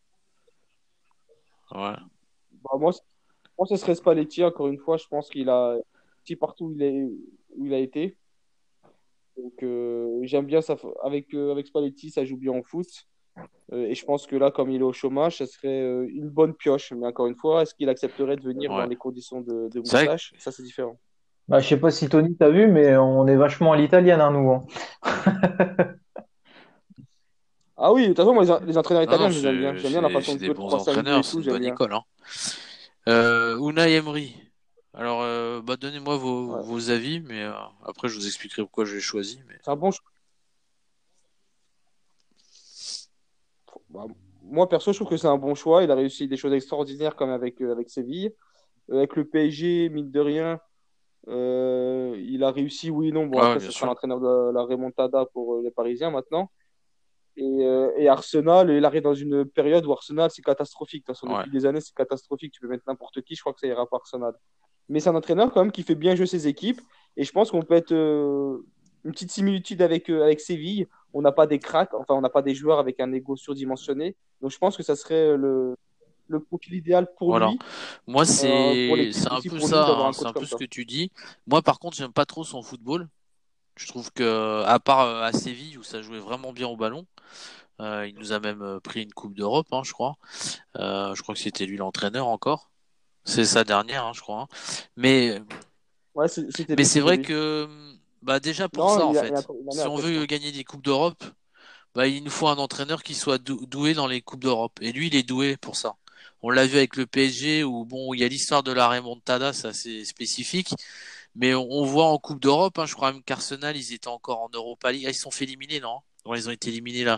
Ouais. Bah, moi, moi, ce serait Spalletti, encore une fois. Je pense qu'il a petit partout où il, est, où il a été. Donc, euh, j'aime bien ça. Avec, euh, avec Spalletti, ça joue bien en foot. Euh, et je pense que là, comme il est au chômage, ça serait euh, une bonne pioche. Mais encore une fois, est-ce qu'il accepterait de venir dans Ouais. les conditions de, de C'est vrai que Moustache? Ça, c'est différent. Bah, je sais pas si Tony t'a vu, mais on est vachement à l'italienne, hein, nous, hein. Ah oui, de toute façon, moi, les, les entraîneurs non, non, italiens, je les aime bien. c'est J'aime bien la c'est façon c'est de des jouer bons trois cinq deux entraîneurs, et c'est tout, une j'aime bonne bien. école, hein. Euh, Unai Emery. Alors, euh, bah, donnez-moi vos, Ouais. vos avis, mais euh, après je vous expliquerai pourquoi je l'ai choisi. Mais C'est un bon choix. Bah, moi, perso, je trouve que c'est un bon choix. Il a réussi des choses extraordinaires comme avec, euh, avec Séville. Euh, avec le P S G, mine de rien, euh, il a réussi, oui, non. Bon, ouais, ouais, après, bien ce sera sûr. l'entraîneur de la, la remontada pour euh, les Parisiens maintenant. Et, euh, et Arsenal, il arrive dans une période où Arsenal, c'est catastrophique. De toute façon, Ouais. depuis des années, c'est catastrophique. Tu peux mettre n'importe qui, je crois que ça ira pas Arsenal. Mais c'est un entraîneur quand même qui fait bien jouer ses équipes. Et je pense qu'on peut être euh, une petite similitude avec, euh, avec Séville. On n'a pas des cracks, enfin, on n'a pas des joueurs avec un ego surdimensionné. Donc je pense que ça serait le, le profil idéal pour Voilà. lui, Moi, euh, pour c'est l'équipe c'est un aussi peu pour nous ça, d'avoir hein. un C'est coach un peu comme ce ça. que tu dis. Moi, par contre, j'aime pas trop son football. Je trouve que, à part euh, à Séville où ça jouait vraiment bien au ballon, euh, il nous a même euh, pris une coupe d'Europe, hein, je crois. Euh, je crois que c'était lui l'entraîneur encore. C'est sa dernière, hein, je crois, hein. Mais Ouais, c'est- c'était mais lui, c'est c'était vrai lui. que bah déjà pour Non, ça en il, a, il, a, fait, il en est si on après, je veut crois. gagner des coupes d'Europe, bah il nous faut un entraîneur qui soit dou- doué dans les coupes d'Europe. Et lui, il est doué pour ça. On l'a vu avec le P S G où bon, il y a l'histoire de la remontada, ça c'est spécifique. Mais on, on voit en Coupe d'Europe, hein, je crois même qu'Arsenal, ils étaient encore en Europa League. Ah, ils se sont fait éliminer, non? Ouais, ils ont été éliminés là.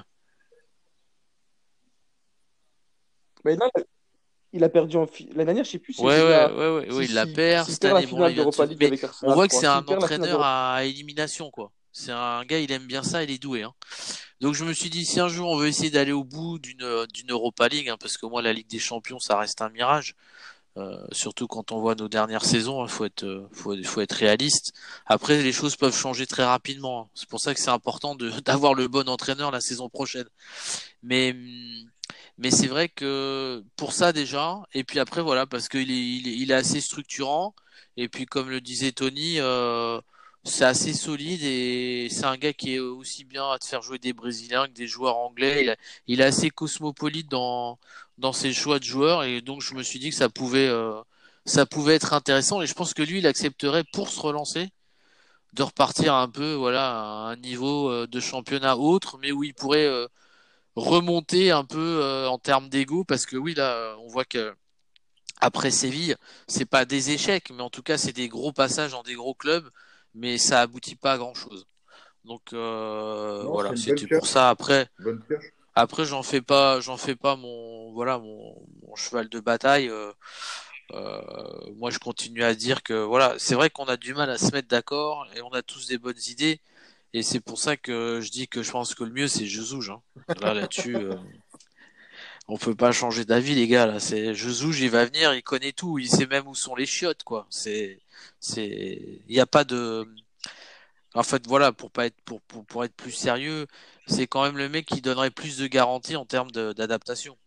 Mais non, il a perdu en fi- l'année dernière, je sais plus Ouais, s'il gagne ouais, la... ouais, ouais, si, ouais, il la si, perd. s'il Cette perd la année, bon, là, finale il vient de se. d'Europa League Mais avec on Arsenal, je voit que crois. c'est un S'il perd la finale entraîneur d'Europa à élimination, quoi. C'est un gars, il aime bien ça, il est doué, hein. Donc je me suis dit, si un jour on veut essayer d'aller au bout d'une d'une Europa League, hein, parce que moi, la Ligue des Champions, ça reste un mirage. Euh, surtout quand on voit nos dernières saisons, il faut être, euh, faut, faut être réaliste. Après, les choses peuvent changer très rapidement, hein. C'est pour ça que c'est important de d'avoir le bon entraîneur la saison prochaine. Mais hum, mais c'est vrai que pour ça déjà, et puis après voilà, parce qu'il est, il est, il est assez structurant, et puis comme le disait Tony, euh, c'est assez solide et c'est un gars qui est aussi bien à te faire jouer des Brésiliens que des joueurs anglais. Il, a- il est assez cosmopolite dans dans ses choix de joueurs, et donc je me suis dit que ça pouvait euh, ça pouvait être intéressant, et je pense que lui, il accepterait pour se relancer de repartir un peu voilà à un niveau euh, de championnat autre, mais où il pourrait euh, remonter un peu euh, en termes d'ego, parce que oui, là on voit que après Séville, c'est pas des échecs, mais en tout cas c'est des gros passages dans des gros clubs, mais ça aboutit pas à grand chose. Donc euh, Non, c'est voilà, une bonne c'était pour pioche. ça. Après Bonne pioche. après j'en fais pas j'en fais pas mon voilà mon, mon cheval de bataille. Euh, euh, moi je continue à dire que voilà, c'est vrai qu'on a du mal à se mettre d'accord et on a tous des bonnes idées, et c'est pour ça que je dis que je pense que le mieux c'est Jesus, hein. Là là-dessus euh, On peut pas changer d'avis, les gars. Là, c'est Jesus, il va venir, il connaît tout, il sait même où sont les chiottes, quoi. C'est, c'est, il y a pas de. En fait, voilà, pour pas être, pour, pour, pour être plus sérieux, c'est quand même le mec qui donnerait plus de garanties en termes de- d'adaptation.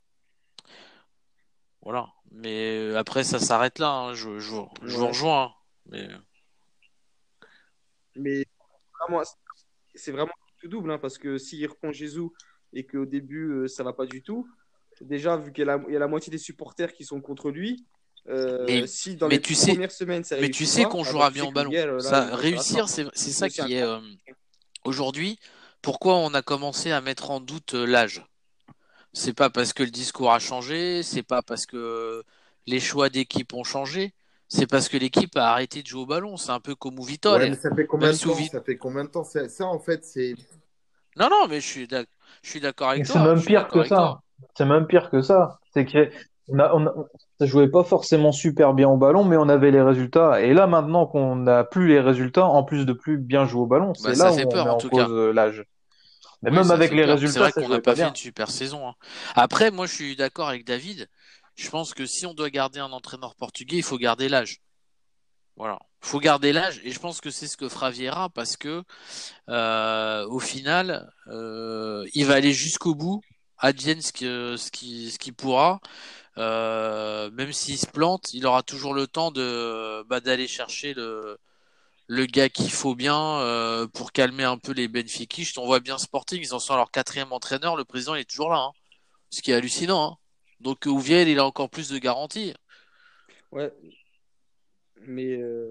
Voilà. Mais euh, après, ça s'arrête là. Hein. Je, je, je vous Ouais. rejoins. Hein. Mais Mais vraiment, c'est vraiment tout double, hein, parce que s'il reprend Jésus et qu'au début, euh, ça va pas du tout, déjà, vu qu'il y a la, il y a la moitié des supporters qui sont contre lui, mais euh, si dans mais les tu sais, premières semaines, ça mais tu réussit sais pas, qu'on ah bah, jouera tu bien sais au que le ballon. gars, euh, là, il Ça va sur la fin. réussir, c'est c'est C'est ça aussi un qui est camp. euh, aujourd'hui. Pourquoi on a commencé à mettre en doute euh, l'âge? C'est pas parce que le discours a changé, c'est pas parce que les choix d'équipe ont changé, c'est parce que l'équipe a arrêté de jouer au ballon. C'est un peu comme au Ouais, mais Vitole. ça fait combien Même de sous temps? Vit... Ça fait combien de temps? Ça, ça, en fait, c'est. Non, non, mais je suis d'ac- je suis d'accord avec Et c'est toi. Je même suis pire d'accord que avec ça. toi. C'est même pire que ça. C'est que on a, on a- on- ça jouait pas forcément super bien au ballon, mais on avait les résultats. Et là, maintenant qu'on n'a plus les résultats, en plus de plus bien jouer au ballon, Bah, c'est ça là où fait on peur met en en tout cas. cause euh, l'âge. Mais Oui, même ça avec fait les peur. C'est résultats, vrai ça qu'on n'a jouait pas pas fait bien. une super saison. Hein. Après, moi, je suis d'accord avec David. Je pense que si on doit garder un entraîneur portugais, il faut garder l'âge. Voilà. Il faut garder l'âge et je pense que c'est ce que fera Vieira parce que euh, au final, euh, il va aller jusqu'au bout, advienne ce que ce qui ce qui pourra. Euh, même s'il se plante, il aura toujours le temps de bah, d'aller chercher le le gars qu'il faut bien euh, pour calmer un peu les Benfiquistes. On voit bien Sporting, ils en sont à leur quatrième entraîneur, le président il est toujours là, hein, ce qui est hallucinant. Hein. Donc Ouviel, il a encore plus de garanties. Ouais, mais, euh,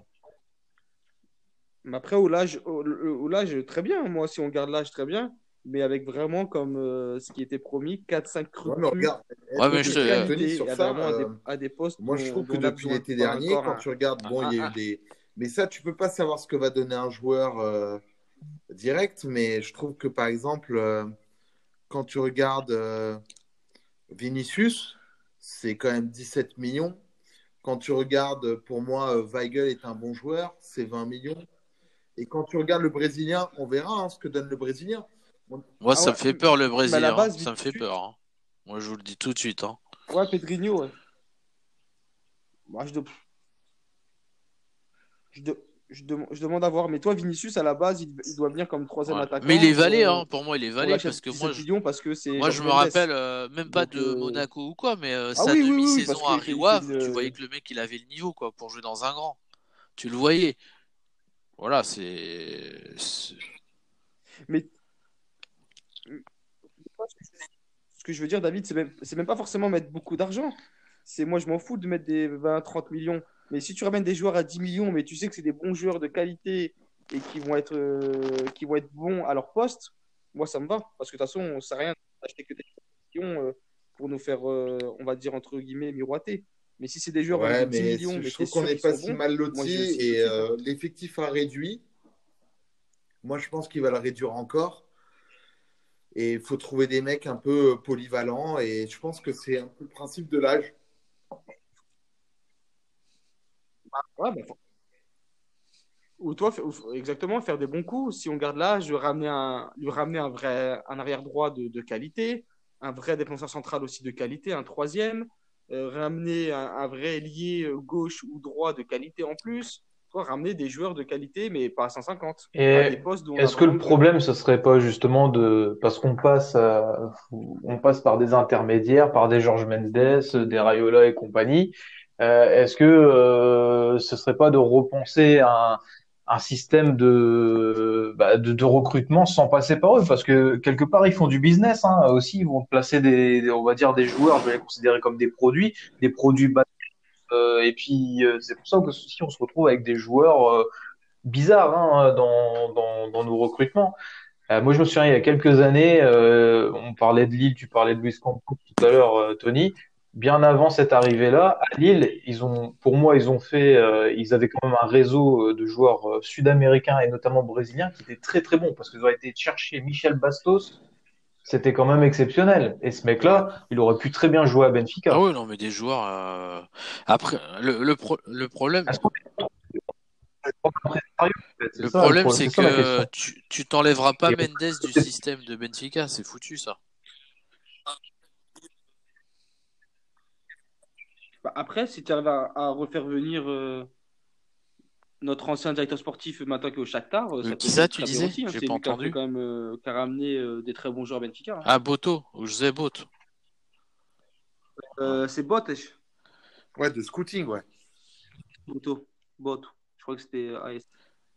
mais après, au l'âge, au, au- au l'âge, très bien. Moi, si on garde l'âge, très bien. Mais avec vraiment, comme euh, ce qui était promis, quatre cinq Ouais, mais recrues regarde, eh, Ouais, mais je de Tony, eh, te, Tony, qualité sur et ça, vraiment à des, euh, à des postes moi je dont, trouve dont que on a depuis besoin. l'été Pas dernier, encore quand un, tu regardes, bon, il y a un- eu un- des. Mais ça, tu peux pas savoir ce que va donner un joueur euh, direct, mais je trouve que par exemple, euh, quand tu regardes euh, Vinicius, c'est quand même dix-sept millions. Quand tu regardes, pour moi, euh, Weigl est un bon joueur, c'est vingt millions. Et quand tu regardes le Brésilien, on verra hein, ce que donne le Brésilien. On- moi Ah ça ouais, me fait peur le mais à la Brésilien, hein. base, Ça me fait Vinicius, peur. Hein. Moi je vous le dis tout de suite. Hein. ouais, Pedrinho, ouais. Moi, je, de- je, de- je, dem- je demande à voir. Mais toi, Vinicius, à la base, il, il doit venir comme troisième Ouais. Mais il est attaquant et valé, on, hein. Pour moi il est on valé l'achète parce que moi dix-sept je, millions parce que c'est moi je Jorge me Mendes. rappelle euh, même pas Donc, de euh, Monaco ou quoi, mais euh, ah sa oui, oui, oui, oui, parce demi-saison à qu'il fait, il Rio fait Ave, tu voyais une. que le mec il avait le niveau quoi pour jouer dans un grand. Tu le voyais. Voilà, c'est. c'est- Mais ce que je veux dire, David, c'est même, c'est même pas forcément mettre beaucoup d'argent. C'est moi, je m'en fous de mettre des vingt trente millions. Mais si tu ramènes des joueurs à dix millions, mais tu sais que c'est des bons joueurs de qualité et qui vont être, euh, qui vont être bons à leur poste, moi, ça me va. Parce que de toute façon, on ne sert à rien d'acheter que des millions euh, pour nous faire, euh, on va dire, entre guillemets, miroiter. Mais si c'est des joueurs même de Ouais, dix mais millions, c- mais je tu es trouve qu'on sûr n'est qu'ils pas sont si bons, mal moi, loti je signe tout de et suite. Hein. euh, l'effectif a réduit. Moi, je pense qu'il va le réduire encore. Et il faut trouver des mecs un peu polyvalents. Et je pense que c'est un peu le principe de l'âge. Ouais, bah, ou toi, fa- ou- exactement, faire des bons coups. Si on garde là, je ramener un, lui ramener un vrai un arrière droit de, de qualité, un vrai défenseur central aussi de qualité, un troisième, euh, ramener un, un vrai ailier euh, gauche ou droit de qualité en plus. Toi, ramener des joueurs de qualité, mais pas à cent cinquante, à des Et postes dont on a est-ce que vraiment le besoin. problème, ce serait pas justement de, parce qu'on passe, à- on passe par des intermédiaires, par des Jorge Mendes, des Raiola et compagnie. Euh, est-ce que euh, ce serait pas de repenser un, un système de, bah, de, de recrutement sans passer par eux? Parce que quelque part, ils font du business, hein, aussi. Ils vont placer des, des- on va dire des joueurs, je vais les considérer comme des produits, des produits bas. Euh, et puis, euh, c'est pour ça que si on se retrouve avec des joueurs euh, bizarre hein, dans, dans, dans nos recrutements. Euh, moi, je me souviens, il y a quelques années, euh, on parlait de Lille, tu parlais de Luis Campos tout à l'heure, euh, Tony. Bien avant cette arrivée-là, à Lille, ils ont, pour moi, ils ont fait, euh, ils avaient quand même un réseau euh, de joueurs euh, sud-américains et notamment brésiliens qui était très très bon parce qu'ils ont été chercher Michel Bastos, c'était quand même exceptionnel. Et ce Ouais. mec-là, il aurait pu très bien jouer à Ah Benfica. oui, non, mais des joueurs. euh, Après, le, le, pro- le problème, Est-ce qu'on est pas très sérieux, en fait. C'est le ça, le problème, problème, c'est c'est ça la que question. tu, tu t'enlèveras pas Et Mendes du système de Benfica, c'est foutu ça. Après, si tu arrives à, à refaire venir euh, notre ancien directeur sportif maintenant qui est au Shakhtar, euh, Euh, ça peut qui être ça, tu très bien disais? aussi, hein. J'ai C'est pas lui qui a fait entendu. quand même, euh, qui a ramené euh, des très bons joueurs à Benfica, hein. Ah, Boto, ou José Boto. Ouais. Euh, c'est Bot, Ouais, de scouting, ouais. Boto. Bot. Je crois que c'était A S.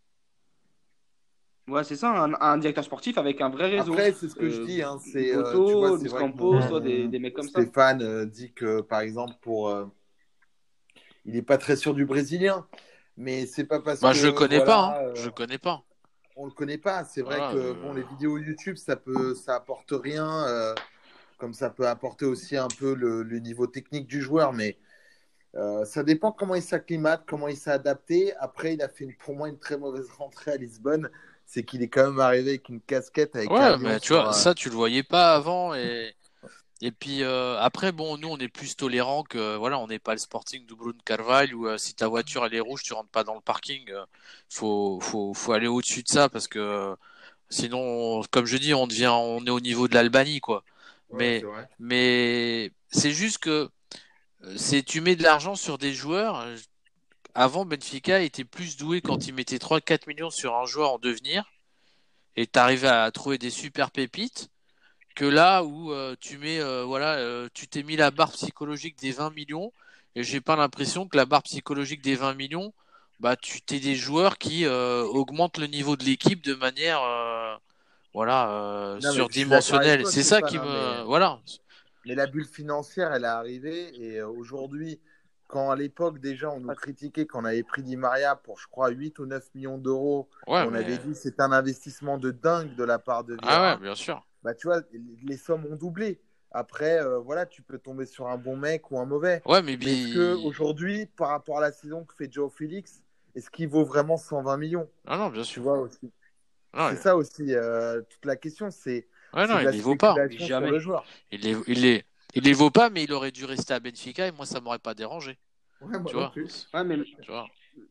Ouais, c'est ça, un, un directeur sportif avec un vrai réseau. Après, c'est ce que je Euh, dis, hein, c'est, euh, tu vois, Boto, c'est Luis vrai que Campos, toi, Mm. des, mon des mecs comme ça. Stéphane euh, dit que, par exemple, pour, euh, il n'est pas très sûr du Brésilien, mais c'est pas parce Bah, je le que, connais pas, hein. voilà, euh, Je le connais pas. on le connaît pas. C'est vrai Voilà. que, bon, euh, les vidéos YouTube, ça peut, ça apporte rien, euh, comme ça peut apporter aussi un peu le, le niveau technique du joueur, mais euh, ça dépend comment il s'acclimate, comment il s'est adapté. Après, il a fait une- pour moi une très mauvaise rentrée à Lisbonne. C'est qu'il est quand même arrivé avec une casquette avec un Ouais, lion mais tu sur. vois, euh, ça, tu le voyais pas avant. Et, et puis, euh, après, bon, nous, on est plus tolérants que, voilà, on n'est pas le Sporting de Bruno Carvalho où euh, si ta voiture, elle est rouge, tu rentres pas dans le parking. euh, faut, faut, faut aller au-dessus de ça parce que euh, sinon, comme je dis, on devient, on est au niveau de l'Albanie, quoi. Ouais, Mais, c'est vrai. mais c'est juste que euh, c'est, tu mets de l'argent sur des joueurs. euh, Avant, Benfica était plus doué quand il mettait trois quatre millions sur un joueur en devenir et t'arrivais à trouver des super pépites que là où euh, tu mets, euh, voilà, euh, tu t'es mis la barre psychologique des vingt millions et j'ai pas l'impression que la barre psychologique des vingt millions, bah, tu t'es des joueurs qui euh, augmentent le niveau de l'équipe de manière, euh, voilà, euh, Non, mais je suis d'accord avec surdimensionnelle. toi, C'est ça Stéphane, qui hein, mais, me, voilà. mais la bulle financière, elle est arrivée. Et euh, aujourd'hui, quand à l'époque, déjà, on nous critiquait qu'on avait pris Di Maria pour, je crois, huit ou neuf millions d'euros, et Ouais, on avait mais, dit c'est un investissement de dingue de la part de ah ouais, Vieira, bien sûr. bah, tu vois, les sommes ont doublé. Après, euh, voilà, tu peux tomber sur un bon mec ou un mauvais. Ouais, mais Mais est-ce que bi... aujourd'hui, par rapport à la saison que fait Joe Félix, est-ce qu'il vaut vraiment cent vingt millions? Ah non, bien Tu sûr. vois aussi. Non, C'est il- ça aussi, euh, toute la question, c'est ouais, c'est non, de il la les vaut pas. Mais spéculation sur le jamais. joueur. Il les, il les, il les vaut pas, mais il aurait dû rester à Benfica et moi, ça m'aurait pas dérangé. Ouais, moi Tu non vois, plus. Ouais, mais, tu vois.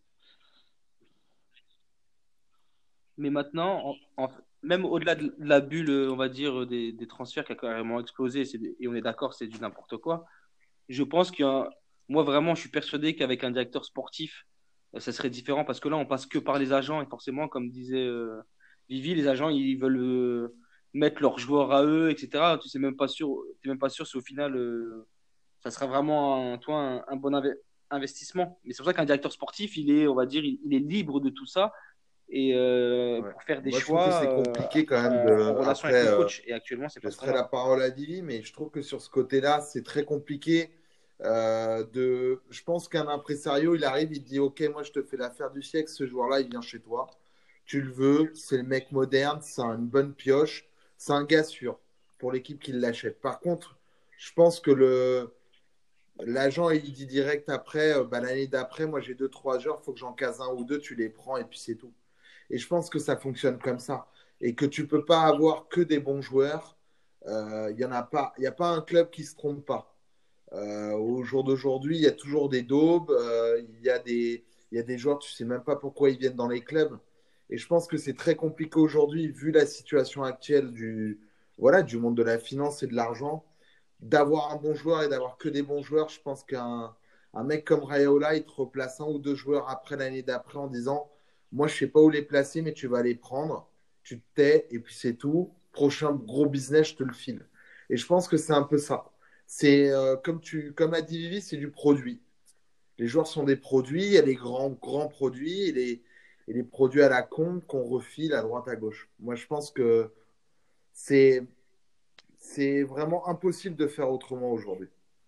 mais maintenant, en- en- même au-delà de la bulle, euh, on va dire, des, des transferts qui a carrément explosé, c'est des- et on est d'accord, c'est du n'importe quoi. Je pense qu'il y a, moi vraiment, je suis persuadé qu'avec un directeur sportif, euh, ça serait différent parce que là, on passe que par les agents et forcément, comme disait euh, Vivi, les agents, ils veulent euh, mettre leurs joueurs à eux, et cetera. Tu sais même pas sûr, t'es même pas sûr si au final, euh, ça sera vraiment un, toi, un, un bon inve- investissement. Mais c'est pour ça qu'un directeur sportif, il est, on va dire, il, il est libre de tout ça et euh, Ouais. pour faire des Moi, je trouve que choix c'est euh, compliqué quand même en, en de. relation avec Après, le euh, coach. Et actuellement, c'est je pas ce laisserai qu'on la a. parole à Divi, mais je trouve que sur ce côté-là, c'est très compliqué. euh, de... Je pense qu'un impresario, il arrive, il dit ok, moi je te fais l'affaire du siècle, ce joueur-là, il vient chez toi. Tu le veux, c'est le mec moderne, c'est une bonne pioche, c'est un gars sûr pour l'équipe qui l'achète. Par contre, je pense que le l'agent, il dit direct après, euh, bah, l'année d'après, moi j'ai deux, trois joueurs, il faut que j'en case un ou deux, tu les prends et puis c'est tout. Et je pense que ça fonctionne comme ça. Et que tu peux pas avoir que des bons joueurs. Euh, Il y en a pas. Il n'y a pas un club qui se trompe pas. Euh, au jour d'aujourd'hui, il y a toujours des daubes. euh, Il y a des, il y a des joueurs, tu sais même pas pourquoi ils viennent dans les clubs. Et je pense que c'est très compliqué aujourd'hui, vu la situation actuelle du, voilà, du monde de la finance et de l'argent, d'avoir un bon joueur et d'avoir que des bons joueurs. Je pense qu'un un mec comme Rayola, il te replace un ou deux joueurs après l'année d'après en disant moi, je sais pas où les placer, mais tu vas les prendre. Tu te tais et puis c'est tout. Prochain gros business, je te le file. Et je pense que c'est un peu ça. C'est euh, comme tu, comme a dit Vivi, c'est du produit. Les joueurs sont des produits. Il y a les grands, grands produits et les, et les produits à la con qu'on refile à droite à gauche. Moi, je pense que c'est c'est vraiment impossible de faire autrement aujourd'hui.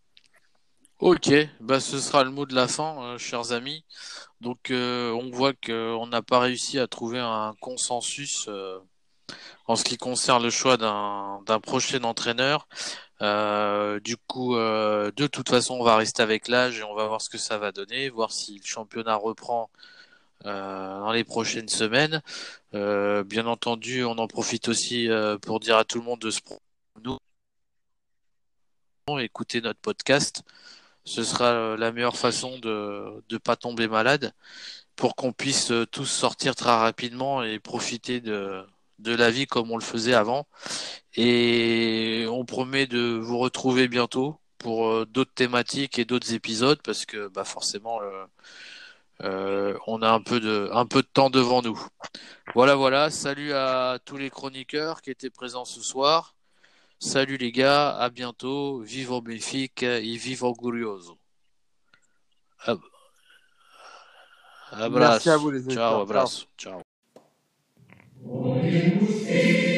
Ok, bah ce sera le mot de la fin, euh, chers amis. Donc euh, on voit qu'on n'a pas réussi à trouver un consensus euh, en ce qui concerne le choix d'un d'un prochain entraîneur. Euh, du coup, euh, de toute façon, on va rester avec l'âge et on va voir ce que ça va donner, voir si le championnat reprend euh, dans les prochaines semaines. Euh, bien entendu, on en profite aussi euh, pour dire à tout le monde de se pro- nous écouter notre podcast. Ce sera euh, la meilleure façon de ne pas tomber malade pour qu'on puisse euh, tous sortir très rapidement et profiter de, de la vie comme on le faisait avant. Et on promet de vous retrouver bientôt pour euh, d'autres thématiques et d'autres épisodes parce que bah forcément euh, euh, on a un peu de un peu de temps devant nous. Voilà, voilà. Salut à tous les chroniqueurs qui étaient présents ce soir. Salut les gars, à bientôt. Vive au Benfica et vive au Glorioso. Ab- Merci à Abraço. vous, les Ciao, auditeurs. Ciao. abraço. Ciao.